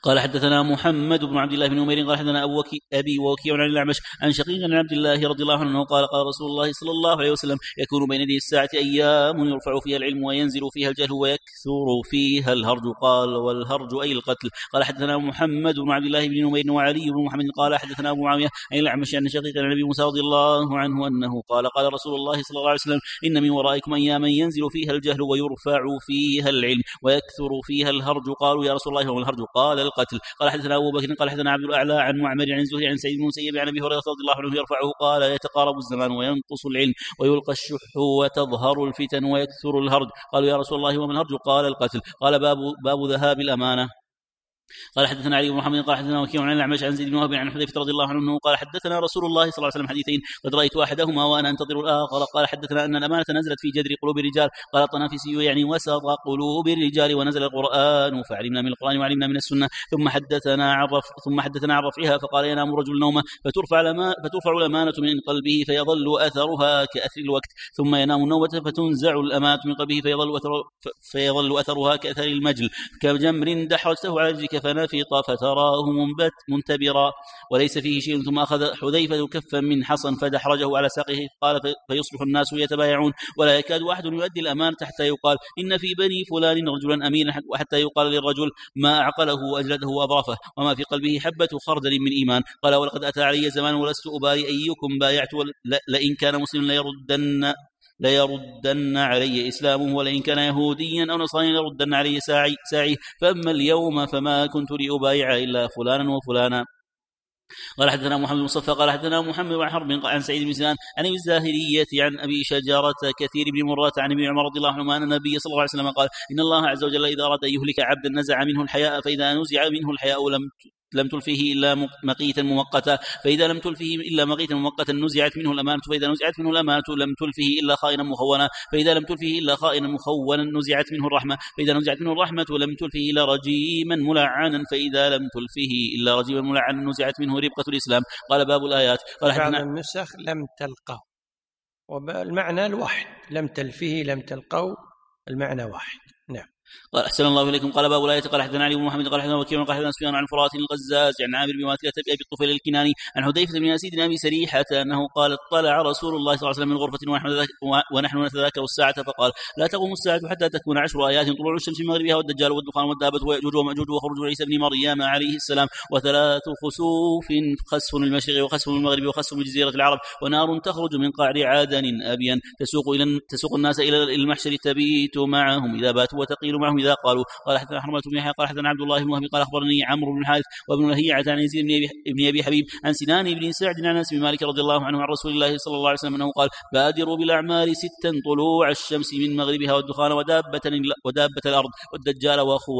قال حدثنا محمد بن عبد الله بن عمير قال حدثنا أبي وكيع عن الأعمش عن شقيق عن عبد الله رضي الله عنه قال قال رسول الله صلى الله عليه وسلم يكون بين يدي الساعة أيام يرفع فيها العلم وينزل فيها الجهل ويكثر فيها الهرج. قال والهرج أي القتل. قال حدثنا محمد بن عبد الله بن عمير وعلي بن محمد قال حدثنا أبو معاوية عن الأعمش عن شقيق عن أبي موسى رضي الله عنه أنه قال قال رسول الله صلى الله عليه وسلم إن من ورائكم أياما ينزل فيها الجهل ويرفع فيها العلم ويكثر فيها الهرج. قالوا يا رسول الله وما الهرج؟ قال القتل. قال حدثنا أبو بكر قال حدثنا عبد الأعلى عن معمر عن الزهري عن سعيد بن المسيب عن أبي هريرة رضي الله عنه يرفعه قال يتقارب الزمان وينقص العلم ويلقى الشح وتظهر الفتن ويكثر الهرج. قالوا يا رسول الله وما الهرج؟ قال القتل. قال باب ذهاب الأمانة. قال حدثنا علي بن محمد قال حدثنا وكيع عن الأعمش عن زيد بن وهب عن حذيفة رضي الله عنه قال حدثنا رسول الله صلى الله عليه وسلم حديثين قد رأيت أحدهما وأنا أنتظر الآخر. قال حدثنا أن الأمانة نزلت في جذر قلوب الرجال. قال الطنافسي يعني وسط قلوب الرجال ونزل القرآن فعلمنا من القرآن وعلمنا من السنة. ثم حدثنا عن رفعها فقال ينام الرجل نومه فترفع الأمانة من قلبه فيظل أثرها كأثر الوقت ثم ينام النومة فتنزع الأمانة من قلبه فيظل أثرها كأثر المجل كجمر دحرجته على رجلك فنفط فتراه منتبرا وليس فيه شيء. ثم أخذ حذيفة كفا من حصن فدحرجه على ساقه قال فيصبح الناس يتبايعون ولا يكاد أحد يؤدي الأمانة حتى يقال إن في بني فلان رجلا أمينا وحتى يقال للرجل ما أعقله وأجلده وأظرفه وما في قلبه حبة خردل من إيمان. قال ولقد أتى علي زمان ولست أبالي أيكم بايعت لئن كان مسلما ليردن علي إسلامه ولئن كان يهوديا أو نصرانيا ليردن علي ساعي فأما اليوم فما كنت لأبايع إلا فلانا وفلانا. قال حدثنا محمد بن مصطفى قال حدثنا محمد بن حرب عن سعيد بن سنان عن ابي الزاهرية عن ابي شجرة كثير بن مرة عن ابي عمر رضي الله عنه ان النبي صلى الله عليه وسلم قال ان الله عز وجل اذا اراد ان يهلك عبدا نزع منه الحياء فاذا نزع منه الحياء لم تلفه إلا مقيتا مؤقتا فإذا لم تلفه إلا مقيتا مؤقتا نزعت منه الأمانة فإذا نزعت منه الأمانة لم تلفه إلا خائنا مخونا فإذا لم تلفه إلا خائنا مخونا نزعت منه الرحمة فإذا نزعت منه الرحمة لم تلفه إلا رجيما ملعنا فإذا لم تلفه إلا رجيما ملعنا نزعت منه ربقة الإسلام. قال باب الآيات. قال بعض النسخ لم تلقه والمعنى الواحد لم تلفه لم تلقوا المعنى واحد. نعم. قال أحسن الله إليكم. قال باب الآية. قال حدثنا علي بن محمد قال حدثنا وكيع قال حدثنا سفيان عن فرات الغزاز عن عامر بن واثلة أبي الطفيل الكناني عن حذيفة بن أسيد أبي سريحة أنه قال اطلع رسول الله صلى الله عليه وسلم من غرفة ونحن نتذاكر الساعة فقال لا تقوم الساعة حتى تكون 10 آيات طلوع الشمس من مغربها والدجال والدخان والدابة ويأجوج ومأجوج وخروج عيسى بن مريم عليه السلام وثلاث خسوف خسف من المشرق وخسف من المغرب وخسف من جزيرة العرب ونار تخرج من قعر عدن أبين تسوق الناس إلى المحشر تبيت معهم إذا باتوا وتقيل معهم إذا قالوا. قال حدثنا حرملة بن يحيى قال حدثنا عبد الله بن وهب قال أخبرني عمرو بن الحارث وابن لهيعة عن يزيد بن أبي حبيب عن سنان بن سعد عن أنس بن مالك رضي الله عنه عن رسول الله صلى الله عليه وسلم أنه قال بادروا بالأعمال 6 طلوع الشمس من مغربها والدخان ودابة الأرض والدجال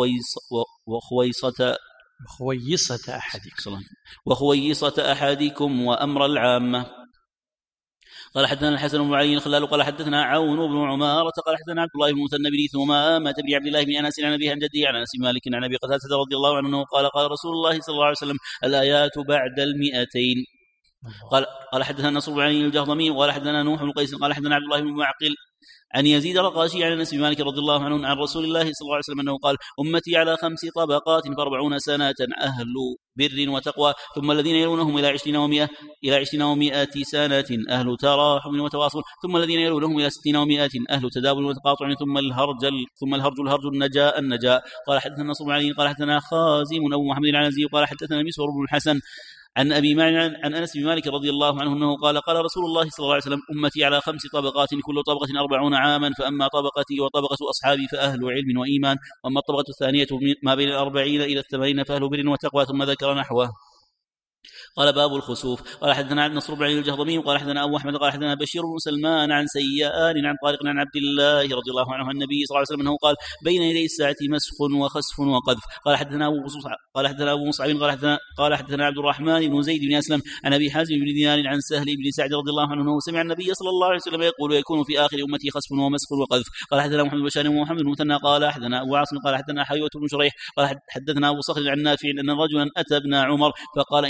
وخويصة أحدكم وأمر العامة. قال حدثنا الحسن بن علي الخلال قال حدثنا عون بن عمارة قال حدثنا عبد الله بن مثنى بن ثمامة بن عبد الله بن أنس عن أبيه عن جده عن أنس بن مالك عن أبي قتادة رضي الله عنه قال قال رسول الله صلى الله عليه وسلم الآيات بعد 200. قال حدثنا نصر بن علي الجهضمي وقال حدثنا نوح بن قيس قال حدثنا عبد الله بن معقل عن يزيد الرقاشي عن أنس بن مالك رضي الله عنه عن رسول الله صلى الله عليه وسلم أنه قال أمتي على 5 طبقات ف40 سنة أهل بر وتقوى ثم الذين يلونهم إلى 20 و100 سنة أهل تراحم وتواصل ثم الذين يلونهم إلى 60 و100 أهل تدابر وتقاطع ثم الهرج النجاء. قال حدثنا نصر بن علي قال حدثنا خازم أبو محمد العنزي قال حدثنا مسور بن الحسن عن أبي معن عن أنس بن مالك رضي الله عنه أنه قال قال رسول الله صلى الله عليه وسلم أمتي على 5 طبقات كل طبقة 40 عاما فأما طبقتي وطبقة أصحابي فأهل علم وإيمان وأما الطبقة الثانية ما بين 40 إلى 80 فأهل بر وتقوى ثم ذكر نحوه. قال باب الخسوف. قال حدثنا نصر بن علي الجهضمي قال حدثنا أبو أحمد قال حدثنا بشير بن سلمان عن سيئان عن طارق عن عبد الله رضي الله عنه عن النبي صلى الله عليه وسلم أنه قال بين يدي الساعة مسخ وخسف وقذف. قال حدثنا أبو مصعب قال حدثنا عبد الرحمن بن زيد بن أسلم عن أبي حازم بن دينار عن سهل بن سعد رضي الله عنه سمع النبي صلى الله عليه وسلم يقول يكون في آخر أمتي خسف ومسخ وقذف. قال حدثنا محمد بن بشار ومحمد بن مثنى قال حدثنا أبو عاصم قال حدثنا حيوة بن شريح قال حدثنا أبو صخر عن نافع أن رجلا أتى ابن عمر فقال إن فلان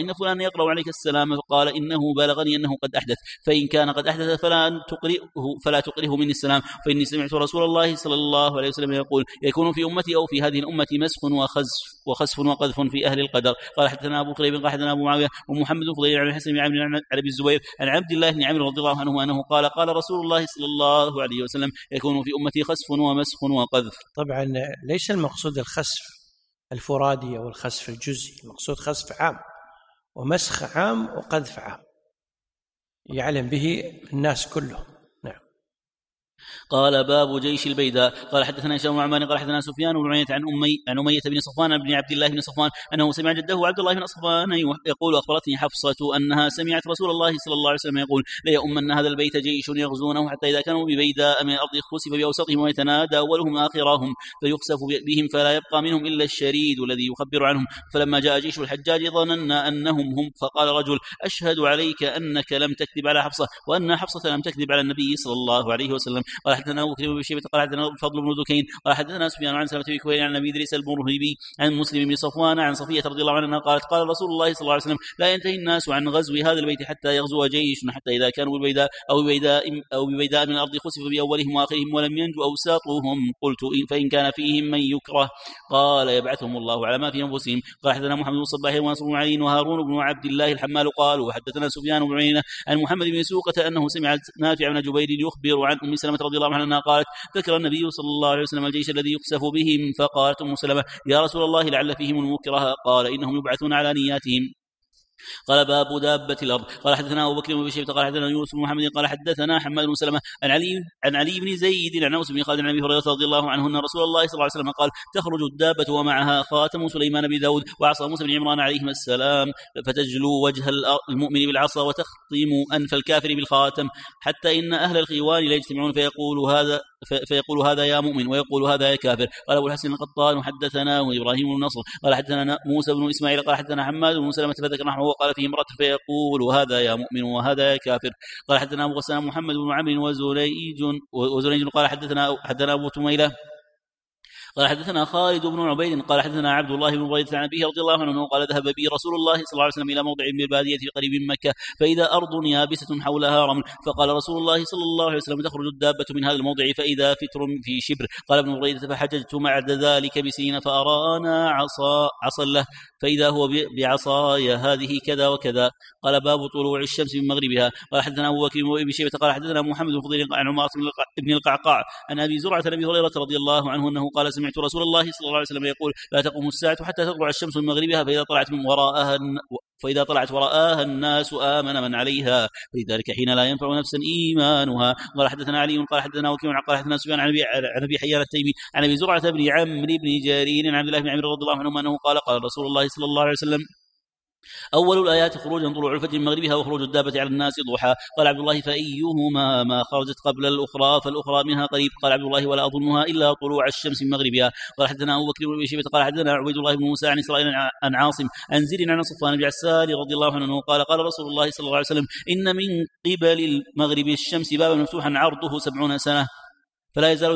يقرأ عليك السلام، فقال إنه بلغني أنه قد أحدث، فإن كان قد أحدث فلا تقرئه مني السلام، فإني سمعت رسول الله صلى الله عليه وسلم يقول يكون في أمتي أو في هذه الأمة مسخ وخسف وقذف في أهل القدر. قال حدثنا أبو كريب قال حدثنا أبو معاوية ومحمد فضيل عن الحسن بن عمرو عن أبي الزبير عن عبد الله بن عمرو رضي الله عنه أنه قال قال رسول الله صلى الله عليه وسلم يكون في أمتي خسف ومسخ وقذف. طبعا ليس المقصود الخسف الفرادي أو الخسف الجزئي، المقصود خسف عام ومسخ عام وقذف عام يعلم به الناس كلهم. قال باب جيش البيداء. قال حدثنا هشام بن عمار قال حدثنا سفيان بن عيينة عن أمية بن صفوان بن عبد الله بن صفوان أنه سمع جده عبد الله بن صفوان يقول أخبرتني حفصة أنها سمعت رسول الله صلى الله عليه وسلم يقول ليؤمن هذا البيت جيش يغزونه حتى إذا كانوا ببيداء من الأرض خسف بأوسطهم ويتنادى أولهم آخرهم فيخسف بهم فلا يبقى منهم إلا الشريد الذي يخبر عنهم. فلما جاء جيش الحجاج ظننا أنهم هم، فقال رجل أشهد عليك أنك لم تكذب على حفصة وأن حفصة لم تكذب على النبي صلى الله عليه وسلم. قال حدثنا أبو بكر بن شيبة قال حدثنا الفضل بن دكين قال حدثنا سفيان عن سلمة بن كهيل عن أبي إدريس المرهبي عن مسلم بن صفوان عن صفية رضي الله عنها قالت قال رسول الله صلى الله عليه وسلم لا ينتهي الناس عن غزو هذا البيت حتى يغزو جيش حتى إذا كانوا بالبيداء أو ببيداء من الأرض خسف بأولهم وآخرهم ولم ينجو أوساطهم. قلت فإن كان فيهم من يكره قال يبعثهم الله على ما في أنفسهم. قال حدثنا محمد بن صباح ونصر بن علي وهارون بن عبد الله الحمال قالوا وحدثنا سفيان بن عيينة عن محمد بن سوقة أنه سمع نافع بن جبير يخبر عن أم سلمة رضي الله عنها قالت ذكر النبي صلى الله عليه وسلم الجيش الذي يخسف بهم، فقالت أم سلمة يا رسول الله لعل فيهم المكره، قال إنهم يبعثون على نياتهم. قال باب دابة الأرض. قال حدثنا أبو بكر بن شيبة قال حدثنا يوسف بن محمد قال حدثنا حماد بن سلمة عن علي بن زيد عن أوس بن خالد عن أبي هريرة رضي الله عنه أن رسول الله صلى الله عليه وسلم قال تخرج الدابة ومعها خاتم سليمان بن داود وعصا موسى بن عمران عليهما السلام، فتجلو وجه المؤمن بالعصا وتختم أنف الكافر بالخاتم، حتى إن أهل الخيوان لا يجتمعون فيقول هذا يا مؤمن ويقول هذا يا كافر. قال أبو الحسن القطان حدثنا إبراهيم بن نصر قال حدثنا موسى بن إسماعيل قال حدثنا حماد بن سلمة فذكر نحوه وقال فيه امرأة فيقول هذا يا مؤمن وهذا يا كافر. قال حدثنا أبو غسان محمد بن عمرو وزريج قال حدثنا أبو تميلة قال حدثنا خالد بن عبيد قال حدثنا عبد الله بن بريدة عن أبيه رضي الله عنه قال ذهب بي رسول الله صلى الله عليه وسلم إلى موضع بالبادية قريب من مكة فإذا أرض يابسة حولها رمل، فقال رسول الله صلى الله عليه وسلم تخرج الدابة من هذا الموضع فإذا فتر في شبر. قال ابن بريدة فحججت بعد ذلك بسنين فأرانا عصا له فإذا هو بعصاي هذه كذا وكذا. قال باب طلوع الشمس من مغربها. قال حدثنا أبو بكر بن شيبة قال حدثنا محمد بن فضيل عن عمارة بن القعقاع عن أبي زرعة عن أبي هريرة رضي الله عنه أنه قال سمعت رسول الله صلى الله عليه وسلم يقول لا تقوم الساعة حتى تطلع الشمس من مغربها فإذا طلعت وراءها الناس آمن من عليها، فلذلك حين لا ينفع نفسا إيمانها. قال حدثنا علي قال حدثنا وكيع قال حدثنا سفيان عن أبي حيان التيمي عن أبي زرعة بن عمرو بن جرير عن عبد الله بن عمرو رضي الله عنهما أنه قال رسول الله صلى الله عليه وسلم أول الآيات خروجا طلوع الفجر من مغربها وخروج الدابة على الناس ضحى. قال عبد الله فأيهما ما خرجت قبل الأخرى فالأخرى منها قريب. قال عبد الله ولا أظنها إلا طلوع الشمس من مغربها. قال حدثنا أبو بكر بن شيبة قال حدثنا عبيد الله بن موسى عن إسرائيل عن عاصم عن زيد عن صفوان بن عسال رضي الله عنه قال رسول الله صلى الله عليه وسلم إن من قبل المغرب الشمس بابا مفتوحا عرضه 70 سنة فلا يزال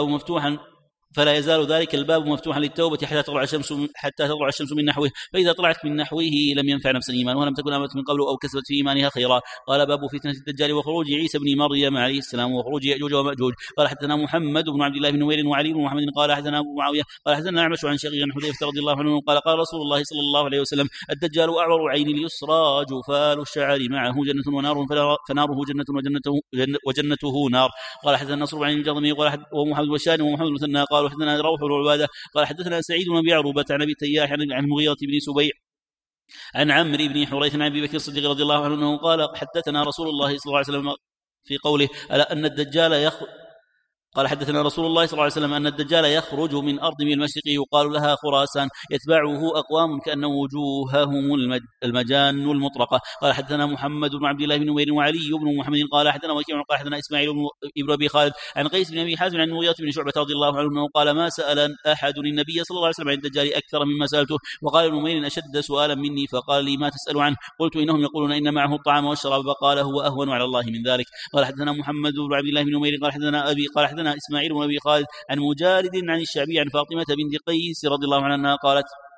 ذلك الباب مفتوحا للتوبة حتى تطلع الشمس من نحوه، فإذا طلعت من نحوه لم ينفع نفسا إيمان ولم تكن آمنت من قبل أو كسبت في إيمانها خيرا. قال باب فتنة الدجال وخروج عيسى بن مريم عليه السلام وخروج يأجوج ومأجوج. قال حدثنا محمد بن عبد الله بن نمير وعلي بن محمد قال حدثنا أبو معاوية قال حدثنا أعمش عن شقيق عن حذيفة رضي الله عنه قال رسول الله صلى الله عليه وسلم الدجال أعور عين اليسرى جفال الشعر معه جنة ونار فناره جنة وجنته نار. قال حدثنا نصر عن الجضمي ومحمد وشان ومحمد المثنى قال حدثنا روح العبادة قال حدثنا سعيد بن عروبة عن أبي التياح عن مغيرة بن سبيع عن عمرو بن حريث عن أبي بكر الصديق رضي الله عنه قال حدثنا رسول الله صلى الله عليه وسلم في قوله ألا أن الدجال قال حدثنا رسول الله صلى الله عليه وسلم أن الدجال يخرج من أرض من المشرق يقال لها خراسان يتبعه أقوام كأن وجوههم المجان المطرقة. قال حدثنا محمد بن عبد الله بن نمير وعلي بن محمد قال حدثنا وكيع قال حدثنا إسماعيل بن أبي خالد عن قيس بن أبي حازم عن مغيرة بن شعبة رضي الله عنه قال ما سأل أحد النبي صلى الله عليه وسلم عن الدجال أكثر مما سألته. وقال نمير أشد سؤالا مني فقال لي ما تسأل عنه؟ قلت إنهم يقولون إن معه الطعام والشراب فقال هو أهون على الله من ذلك. قال حدثنا محمد بن عبد الله بن نمير قال حدثنا أبي قال حدثنا إسماعيل بن أبي خالد عن مجالد عن الشعبي عن فاطمة بنت قيس رضي الله عنها قالت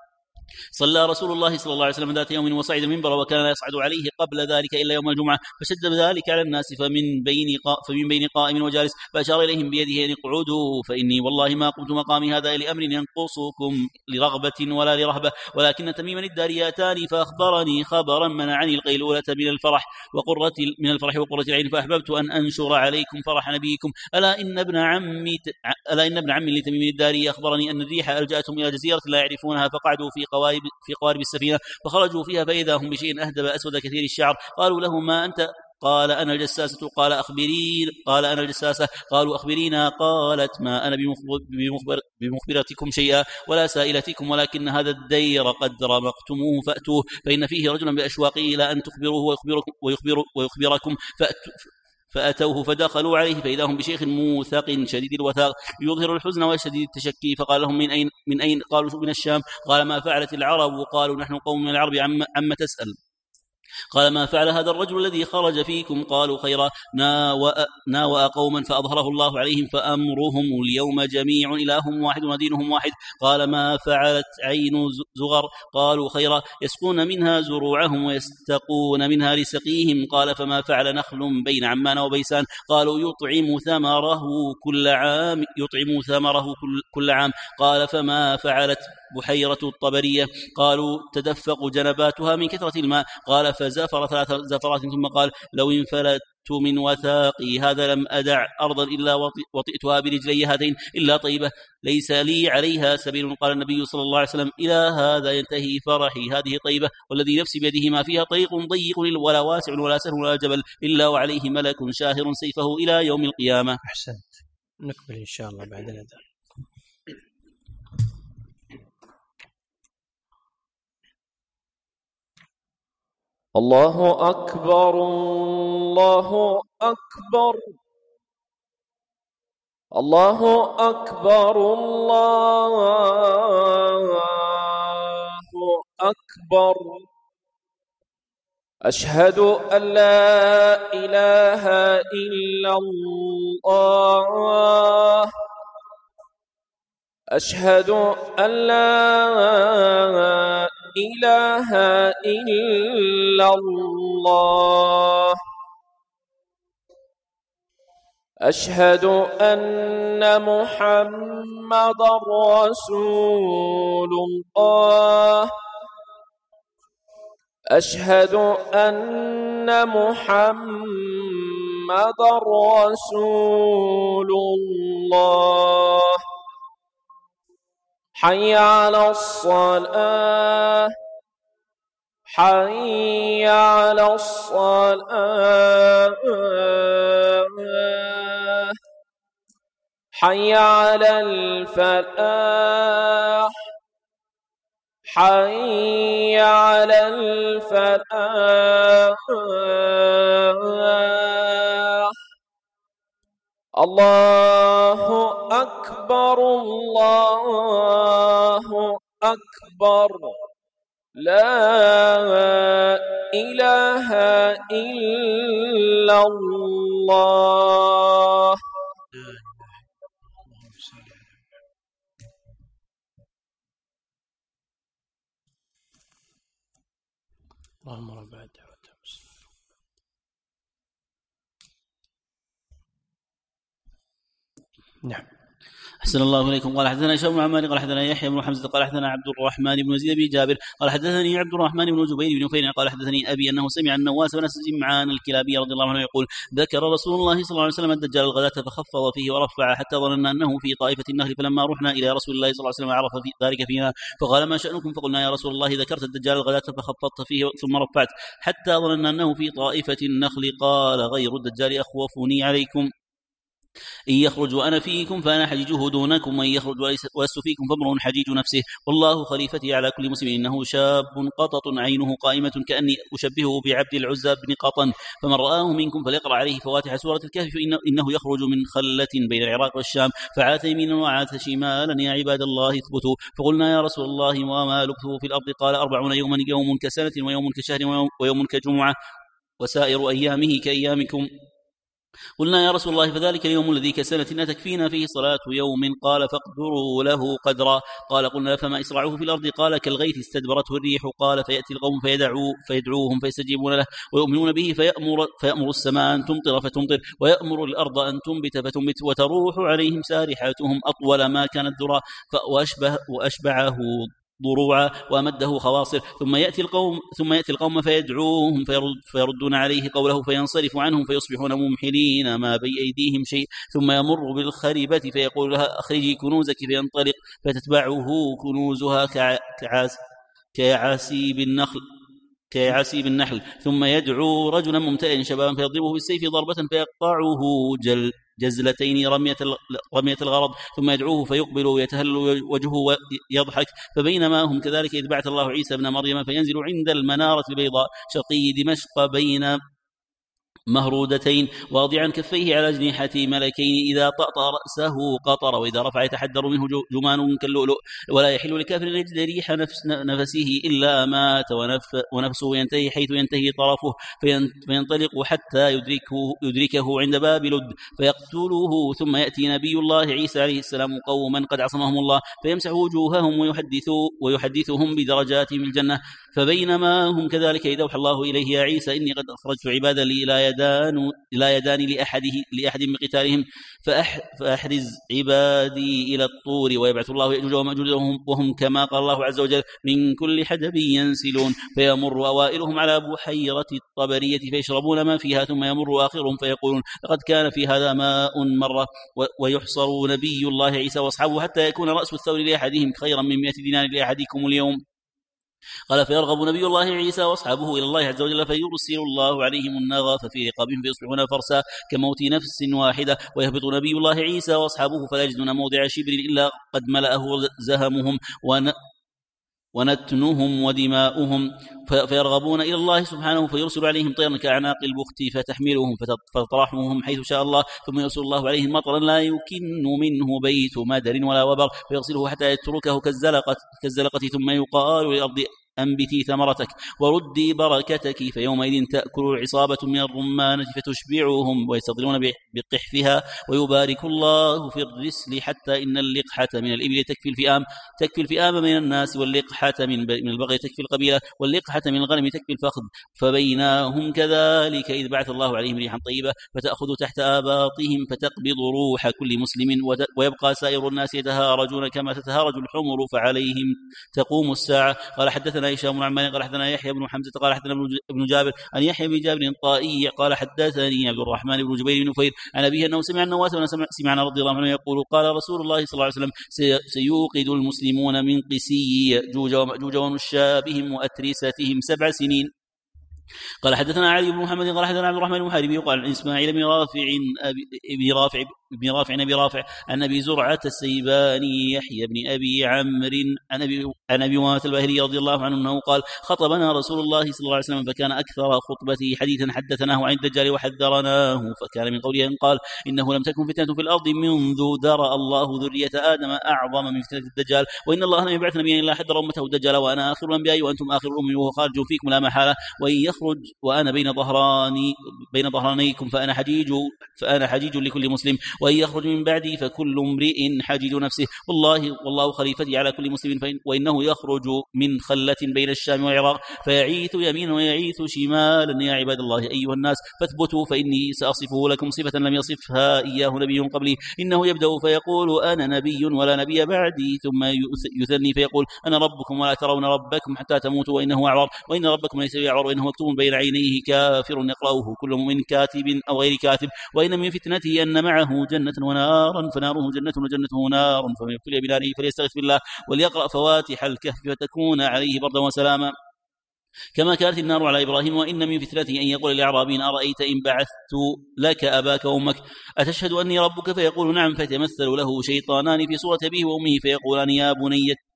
صلى رسول الله صلى الله عليه وسلم ذات يوم وصعد المنبر وكان لا يصعد عليه قبل ذلك إلا يوم الجمعة، فشد ذلك على الناس فمن بين قائم وجالس فأشار إليهم بيده أن اقعدوا، فإني والله ما قمت مقامي هذا لأمر ينقصكم لرغبة ولا لرهبة، ولكن تميما الداري أتاني فأخبرني خبرا منعني القيلولة من الفرح وقرة العين، فأحببت أن أنشر عليكم فرح نبيكم. ألا إن ابن عمي لتميم الداري أخبرني أن الريح ألجأتهم إلى جزيرة لا يعرفونها، فقعدوا في قوارب السفينة، فخرجوا فيها فإذا هم بشيء أهدب أسود كثير الشعر. قالوا له: ما أنت؟ قال: أنا الجساسة. قال: أنا الجساسة. قالوا: أخبرينا. قالت: ما أنا بمخبرتكم شيئا ولا سائلتكم، ولكن هذا الدير قد رمقتموه فأتوه، فإن فيه رجلا بأشواقه إلى أن تخبروه ويخبركم. فأتوه فدخلوا عليه فإذا هم بشيخ موثق شديد الوثاق يظهر الحزن وشديد التشكي. فقال لهم: من أين؟ قالوا: من الشام. قال: ما فعلت العرب؟ قالوا: نحن قوم من العرب، عم تسأل. قال: ما فعل هذا الرجل الذي خرج فيكم؟ قالوا: خيرا، ناوأ قوما فأظهره الله عليهم، فأمرهم اليوم جميع إلههم واحد ودينهم واحد. قال: ما فعلت عين زغر؟ قالوا: خيرا، يسقون منها زروعهم ويستقون منها لسقيهم. قال: فما فعل نخل بين عمان وبيسان؟ قالوا: يطعم ثمره كل عام. قال: فما فعلت بحيرة الطبرية؟ قالوا: تدفق جنباتها من كثرة الماء. قال: فزفر 3 زفرات ثم قال: لو انفلت من وثاقي هذا لم أدع أرضا إلا وطئتها برجلي هاتين إلا طيبة ليس لي عليها سبيل. قال النبي صلى الله عليه وسلم: إلى هذا ينتهي فرحي هذه طيبة، والذي نفسي بيده ما فيها طريق ضيق ولا واسع ولا سهل ولا جبل إلا وعليه ملك شاهر سيفه إلى يوم القيامة. أحسنت. نكمل إن شاء الله بعد الأذان. الله أكبر، الله أكبر، الله أكبر، الله أكبر. أشهد أن لا إله إلا الله، أشهد أن لا إله إلا الله، أشهد أن محمدا رسول الله، أشهد أن محمدا رسول الله. حي على الصلاة، حي على الصلاة، حي على الفلاح، حي على الفلاح. الله أكبر، الله أكبر، لا إله إلا الله. اللهم رب الدعوة. نعم. أحسن الله إليكم. قال حدثنا هشام بن عمار قال حدثنا يحيى بن حمزة قال حدثنا عبد الرحمن بن يزيد بن جابر قال حدثني عبد الرحمن بن جبير بن نفير قال حدثني أبي أنه سمع النواس بن سمعان الكلابي رضي الله عنه يقول: ذكر رسول الله صلى الله عليه وسلم الدجال الغداة فخفض فيه ورفع حتى ظننا أنه في طائفة النخل، فلما رحنا إلى رسول الله صلى الله عليه وسلم عرف ذلك فينا فقال: ما شأنكم؟ فقلنا: يا رسول الله ذكرت الدجال الغداة فخفضت فيه ثم رفعت حتى ظننا أنه في طائفة النخل. قال: غير الدجال أخوفني عليكم، إن يخرج وأنا فيكم فأنا حجيجه دونكم، وإن يخرج ولست فيكم فامرؤ حجيج نفسه، والله خليفتي على كل مسلم. إنه شاب قطط عينه قائمة كأني أشبهه بعبد العزى بن قطن، فمن رآه منكم فليقرأ عليه فواتح سورة الكهف، فإنه يخرج من خلة بين العراق والشام، فعاث يمينا وعاث شمالا، يا عباد الله اثبتوا. فقلنا: يا رسول الله وما لبثه في الأرض؟ قال: 40 يوما، يوم كسنة ويوم كشهر ويوم كجمعة وسائر أيامه كأيامكم. قلنا يا رسول الله فذلك اليوم الذي كسنة أتكفينا فيه صلاة يوم؟ قال فاقدروا له قدرا. قال قلنا فما إسرعه في الأرض؟ قال كالغيث استدبرته الريح. قال فيأتي القوم فيدعوهم فيستجيبون له ويؤمنون به فيأمر السماء أن تمطر فتمطر ويأمر الأرض أن تنبت فتنبت وتروح عليهم سارحاتهم أطول ما كان الذرى وأشبعه ضروعا وأمده خواصر. ثم يأتي القوم فيدعوهم فيردون عليه قوله فينصرف عنهم فيصبحون ممحلين ما بين أيديهم شيء. ثم يمر بالخربة فيقول لها أخرجي كنوزك فينطلق فتتبعه كنوزها كعسيب النحل. ثم يدعو رجلا ممتلئا شبابا فيضربه بالسيف ضربة فيقطعه جزلتين رمية الغرض. ثم يدعوه فيقبل ويتهلل وجهه ويضحك. فبينما هم كذلك إذ بعث الله عيسى ابن مريم فينزل عند المنارة البيضاء شرقي دمشق بين مهرودتين واضعا كفيه على أجنحة ملكين إذا طأطأ رأسه قطر وإذا رفع يتحدر منه جمان كاللؤلؤ. ولا يحل لكافر يجد ريح نفسه إلا مات ونفسه ينتهي حيث ينتهي طرفه فينطلق حتى يدركه عند باب لد فيقتله. ثم يأتي نبي الله عيسى عليه السلام قوما قد عصمهم الله فيمسح وجوههم ويحدثهم بدرجاتهم الجنة. فبينما هم كذلك إذا أوحى الله إليه يا عيسى إني قد أخرجت عبادا لي لا يدان لأحد من قتالهم فأحرز عبادي إلى الطور ويبعث الله يأجوج ومأجوج وهم كما قال الله عز وجل من كل حدب ينسلون. فيمر أوائلهم على بحيرة الطبرية فيشربون ما فيها ثم يمر آخرهم فيقولون لقد كان في هذا ماء مرة. ويحصر نبي الله عيسى وأصحابه حتى يكون رأس الثور لأحدهم خيرا من 100 دينار لأحدكم اليوم. قال فيرغب نبي الله عيسى واصحابه الى الله عز وجل فيرسل الله عليهم النغى ففي رقابهم فيصبحون فرسا كموت نفس واحده. ويهبط نبي الله عيسى واصحابه فلا يجدون موضع شبر الا قد ملأه زهمهم ونتنهم ودماؤهم فيرغبون إلى الله سبحانه فيرسل عليهم طيرا كأعناق البخت فتحملهم فتطرحهم حيث شاء الله. ثم يرسل الله عليهم مطرا لا يكن منه بيت مدر ولا وبر فيغسله حتى يتركه كالزلقة ثم يقال للأرض أنبتي ثمرتك وردي بركتك فيومئذ تأكل العصابة من الرمانة فتشبعهم ويستظلون بقحفها ويبارك الله في الرسل حتى إن اللقحة من الإبل تكفي الفئام من الناس واللقحة من البغي تكفي القبيلة واللقحة من الغنم تكفي الفخذ. فبينهم كذلك إذ بعث الله عليهم ريحا طيبة فتأخذ تحت آباطهم فتقبض روح كل مسلم ويبقى سائر الناس يتهارجون كما تتهارج الحمر فعليهم تقوم الساعة. قال حدثنا هشام بن عمار قال حدثنا يحيى بن حمزة قال حدثنا ابن جابر عن يحيى بن جابر الطائي قال حدثني عبد الرحمن بن جبير بن نفير عن أبيه أنه سمع النواس سمعنا رضي الله عنه يقول قال رسول الله صلى الله عليه وسلم سيوقد المسلمون من قسي يأجوج ومأجوج ونشابهم وأترستهم 7 سنين. قال حدثنا علي بن محمد قال حدثنا عبد الرحمن المحاربي قال عن اسماعيل بن رافع عن ابي زرعه السيباني يحيى بن ابي عمرو عن ابي امامه الباهلي رضي الله عنه انه قال خطبنا رسول الله صلى الله عليه وسلم فكان اكثر خطبته حديثا حدثناه عن الدجال وحذرناه فكان من قوله ان قال انه لم تكن فتنه في الارض منذ درى الله ذريه ادم اعظم من فتنه الدجال وان الله لم يبعث نبيا الا حذر امته الدجال وانا اخر الانبياء وانتم اخر الامم وهو خارج فيكم لا محاله وان يخرج وأنا بين ظهرانيكم فأنا حجيج لكل مسلم وإن يخرج من بعدي فكل امرئ حجيج نفسه والله خليفتي على كل مسلم وإنه يخرج من خلة بين الشام والعراق فيعيث يمينا ويعيث شمالا يا عباد الله أيها الناس فاثبتوا فإني سأصفه لكم صفة لم يصفها إياه نبي قبلي إنه يبدأ فيقول أنا نبي ولا نبي بعدي ثم يثني فيقول أنا ربكم ولا ترون ربكم حتى تموتوا وإنه أعور وإن ربكم ليس بأعور وإنه مكتوب بين عينيه كافر يقرأه كل من كاتب أو غير كاتب وإن من فتنته أن معه جنة ونارا فناره جنة وجنته نار فمن ابتلي بناره فليستغث بالله وليقرأ فواتح الكهف فتكون عليه بردا وسلاما كما كانت النار على إبراهيم وإن من فتنته أن يقول للأعرابين أرأيت إن بعثت لك أباك وأمك أتشهد أني ربك فيقول نعم فيتمثل له شيطانان في صورة أبيه وأمه فيقولان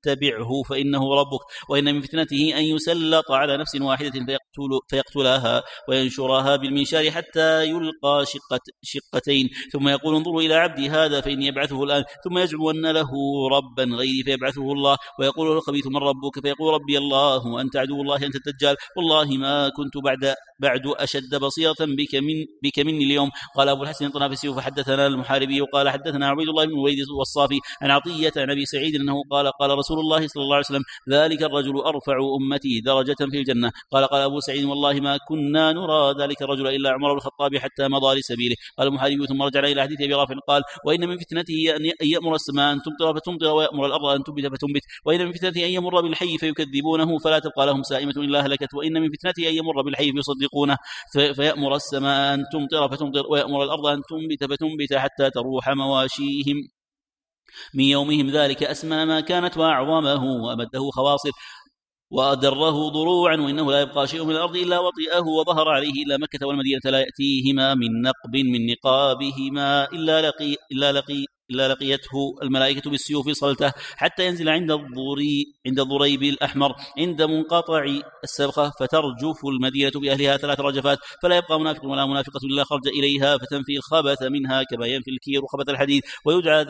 فاتبعه فإنه ربك. وإن من فتنته أن يسلط على نفس واحدة فيقتلها وينشرها بالمنشار حتى يلقى شقتين، ثم يقول انظروا إلى عبدي هذا فإني أبعثه الآن، ثم يزعم أن له ربا غيري فيبعثه الله، ويقول له الخبيث من ربك فيقول ربي الله أنت عدو الله أنت الدجال، والله ما كنت بعد أشد بصيرة بك مني اليوم. قال أبو الحسن الطنافسي فحدثنا المحاربي وقال حدثنا عبيد الله بن الوليد الوصافي عن عطية عن أبي سعيد أنه قال رسول الله صلى الله عليه وسلم ذلك الرجل أرفع أمتي درجة في الجنة. قال أبو سعيد والله ما كنا نرى ذلك الرجل إلا عمر بن الخطاب حتى مضى لسبيله. قال المحاربي ثم رجعنا إلى حديث أبي رافع قال وإن من فتنته أن يأمر السماء أن تمطر فتمطر ويأمر الأرض أن تنبت فتنبت، وإن من فتنته أن يمر بالحي فيكذبونه فلا تبقى لهم سائمة إلا هلكت، وإن من فتنته أن يمر بالحي فيصدقونه فيأمر السماء أن تمطر فتمطر ويأمر الأرض أن تنبت فتنبت حتى تروح مواشيهم من يومهم ذلك أسمى ما كانت وأعظمه وأمده خواصر وأدره ضروعا، وإنه لا يبقى شيء من الأرض إلا وطئه وظهر عليه إلا مكة والمدينة لا يأتيهما من نقب من نقابهما إلا لقيته الملائكة بالسيوف صلته حتى ينزل عند الضريب الأحمر عند منقطع السبخة فترجف المدينة بأهلها 3 رجفات، فلا يبقى منافق ولا منافقة إلا خرج إليها فتنفي الخبث منها كما ينفي الكير خبث الحديد، ويدعى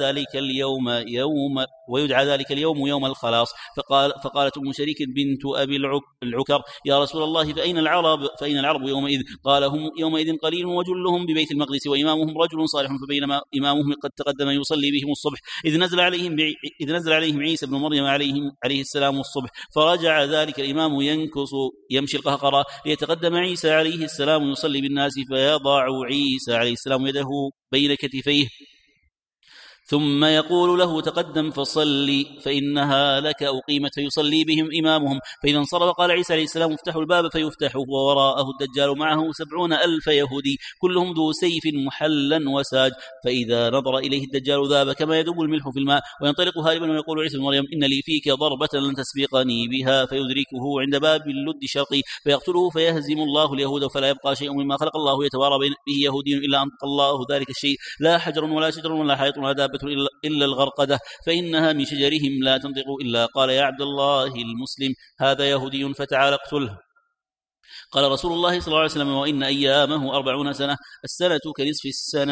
ذلك اليوم يوم الخلاص. فقالت أم شريك بنت أبي العكر يا رسول الله فأين العرب يومئذ؟ قال هم يومئذ قليل وجلهم ببيت المقدس وإمامهم رجل صالح، فبينما إمامهم قد تقدم يصلي بهم الصبح إذ نزل عليهم عيسى بن مريم عليه السلام الصبح، فرجع ذلك الإمام يمشي القهقرة ليتقدم عيسى عليه السلام يصلي بالناس، فيضع عيسى عليه السلام يده بين كتفيه ثم يقول له تقدم فصلي فإنها لك أقيمت، فيصلي بهم إمامهم، فإذا انصرف قال عيسى عليه السلام افتحوا الباب فيفتح، ووراءه الدجال معه 70,000 يهودي كلهم ذو سيف محلا وساج، فإذا نظر إليه الدجال ذاب كما يذوب الملح في الماء وينطلق هاربا ويقول عيسى بن مريم إن لي فيك ضربة لن تسبقني بها، فيدركه عند باب اللد الشرقي فيقتله فيهزم الله اليهود فلا يبقى شيء مما خلق الله يتوارى به يهودي إلا أنطق الله ذلك الشيء، لا حجر ولا شجر ولا حائط ولا دابة إلا الغرقدة فإنها من شجرهم لا تنطق إلا قال يا عبد الله المسلم هذا يهودي فتعال اقتله. قال رسول الله صلى الله عليه وسلم وإن أيامه 40 سنة، السنة كنصف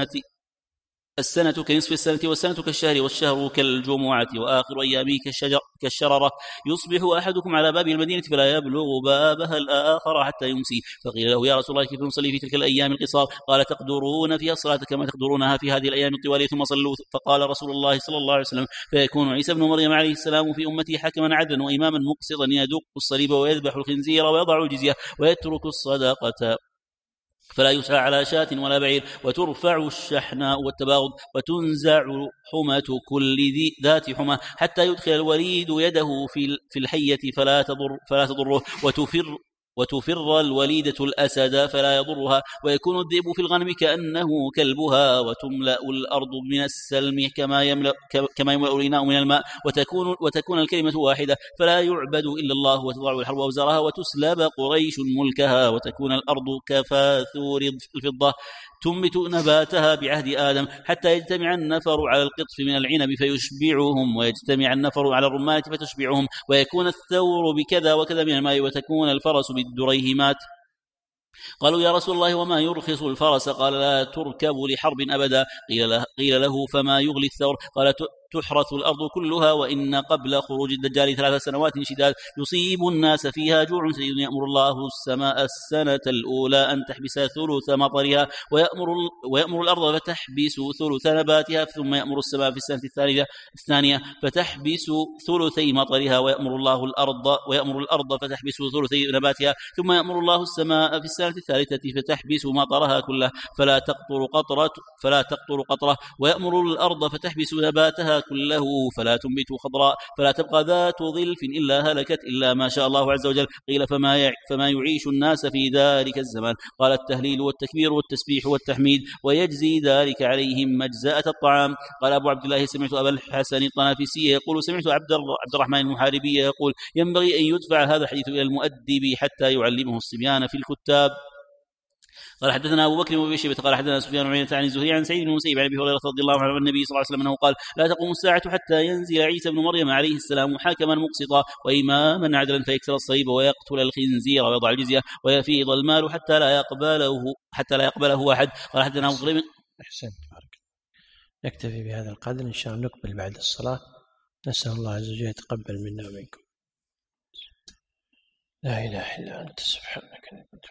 السنة والسنة كالشهر والشهر كالجمعة وآخر أيامه كالشررة، يصبح أحدكم على باب المدينة فلا يبلغ بابها الآخر حتى يمسي، فقيل له يا رسول الله كيف نصلي في تلك الأيام القصار؟ قال تقدرون فيها الصلاة كما تقدرونها في هذه الأيام الطوال ثم صلوا. فقال رسول الله صلى الله عليه وسلم فيكون عيسى بن مريم عليه السلام في أمته حكما عدلا وإماما مقسطا يدق الصليب ويذبح الخنزير ويضع الجزية ويترك الصدقة فلا يسعى على شاة ولا بعير، وترفع الشحناء والتباغض وتنزع حمة كل ذات حمى حتى يدخل الوليد يده في الحية فلا تضره وتفر الوليدة الأسد فلا يضرها، ويكون الذئب في الغنم كأنه كلبها، وتملأ الأرض من السلم كما يملأ الإناء من الماء، وتكون الكلمة واحدة فلا يعبد إلا الله، وتضع الحرب أوزارها وتسلب قريش ملكها، وتكون الأرض كفاثور الفضة تنبت نباتها بعهد آدم حتى يجتمع النفر على القطف من العنب فيشبعهم، ويجتمع النفر على الرمانة فتشبعهم، ويكون الثور بكذا وكذا من الماء، وتكون الفرس بالدريهمات. قالوا يا رسول الله وما يرخص الفرس؟ قال لا تركب لحرب أبدا. قيل له فما يغلي الثور؟ قال تحرث الأرض كلها، وإن قبل خروج الدجال 3 سنوات شداد يصيب الناس فيها جوع شديد، يأمر الله السماء السنة الأولى أن تحبس ثلث مطرها، ويأمر الأرض فتحبس ثلث نباتها، ثم يأمر السماء في السنة الثانية فتحبس ثلثي مطرها، ويأمر الأرض فتحبس ثلثي نباتها، ثم يأمر الله السماء في السنة الثالثة فتحبس مطرها كله فلا تقطر قطرة، ويأمر الأرض فتحبس نباتها كله فلا تنبت خضراء، فلا تبقى ذات ظلف إلا هلكت إلا ما شاء الله عز وجل. قيل فما يعيش الناس في ذلك الزمان؟ قال التهليل والتكبير والتسبيح والتحميد، ويجزي ذلك عليهم مجزاءة الطعام. قال أبو عبد الله سمعت أبا الحسن الطنافسي يقول سمعت عبد الرحمن المحاربي يقول ينبغي أن يدفع هذا الحديث إلى المؤدب حتى يعلمه الصبيان في الكتاب. قال حدثنا ابو بكر وابي شيبه قال حدثنا سفيان بن عيينة عن الزهري عن سعيد بن المسيب عن ابي هريره رضي الله عنه عن النبي صلى الله عليه وسلم انه قال لا تقوم الساعه حتى ينزل عيسى بن مريم عليه السلام حاكما مقسطا واماما عدلا فيكسر الصليب ويقتل الخنزير ويضع الجزيه ويفيض المال حتى لا يقبله احد. قال حدثنا ابو بكر. احسنت، بارك. نكتفي بهذا القدر، ان شاء الله نقبل بعد الصلاه. نسال الله عز وجل يتقبل منا ومنكم. لا اله الا انت سبحانك إني كنت.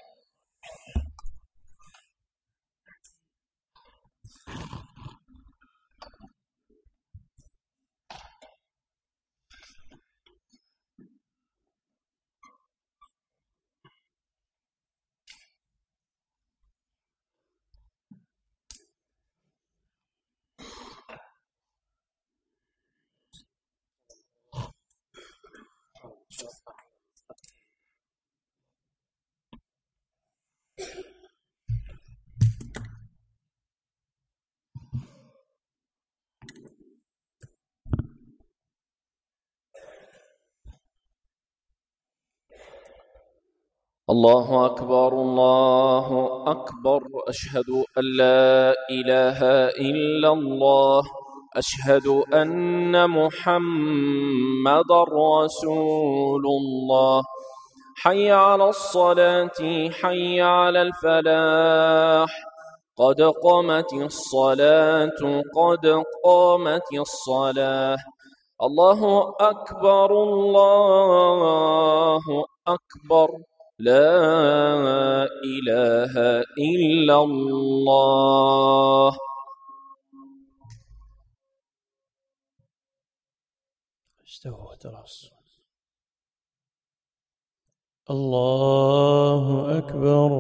الله أكبر الله أكبر. أشهد أن لا إله إلا الله. أشهد أن محمدًا رسول الله. حي على الصلاة حي على الفلاح. قد قامت الصلاة قد قامت الصلاة. الله أكبر الله أكبر. لا إله إلا الله. استووا وتراصوا. الله أكبر.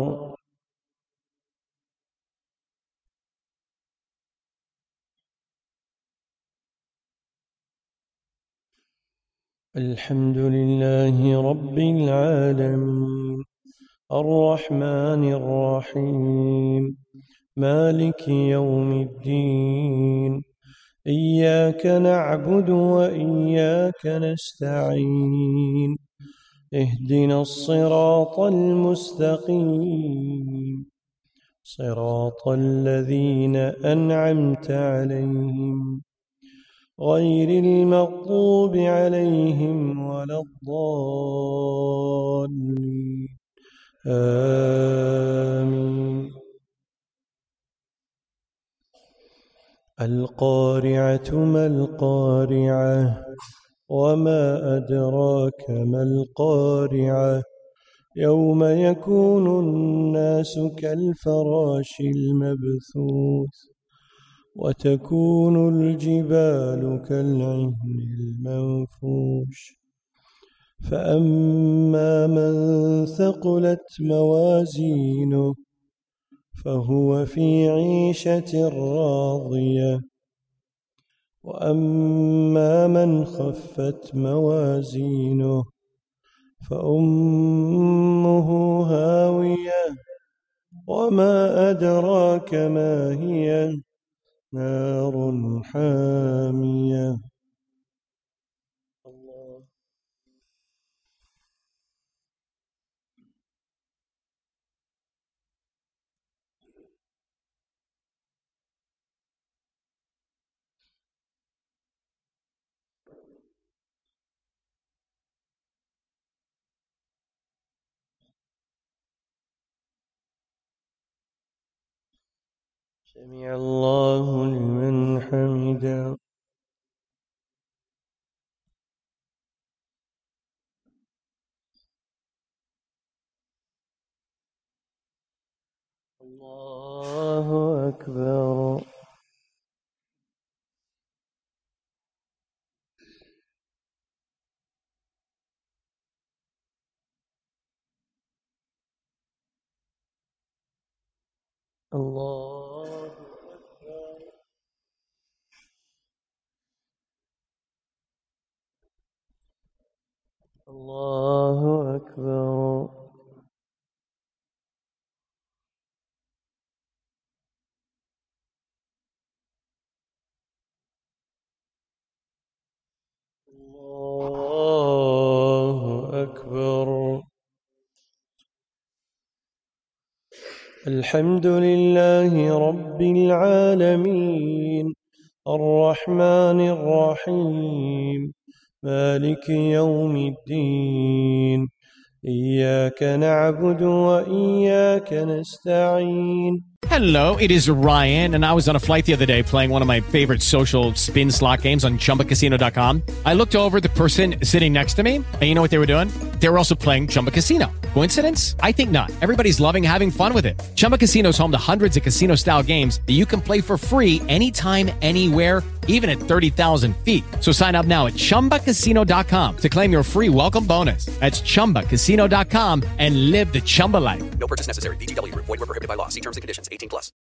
الحمد لله رب العالمين الرحمن الرحيم مالك يوم الدين إياك نعبد وإياك نستعين اهدنا الصراط المستقيم صراط الذين أنعمت عليهم غير المغضوب عليهم ولا الضالين آمين. القارعة ما القارعة وما أدراك ما القارعة يوم يكون الناس كالفراش المبثوث وتكون الجبال كالعهن المنفوش فأما من ثقلت موازينه فهو في عيشة راضية وأما من خفت موازينه فأمه هاوية وما أدراك ما هي نار حامية. سمع الله لمن حمده. الله أكبر. الله أكبر. الله أكبر. الله أكبر. الحمد لله رب العالمين الرحمن الرحيم مالك يوم الدين إياك نعبد وإياك نستعين. Hello, it is Ryan, and I was on a flight the other day playing one of my favorite social spin slot games on ChumbaCasino.com. I looked over at the person sitting next to me, and you know what they were doing? They were also playing Chumba Casino. Coincidence? I think not. Everybody's loving having fun with it. Chumba Casino is home to hundreds of casino-style games that you can play for free anytime, anywhere, even at 30,000 feet. So sign up now at ChumbaCasino.com to claim your free welcome bonus. That's ChumbaCasino.com and live the Chumba life. No purchase necessary. VGW. Void where prohibited by law. See terms and conditions. 18+.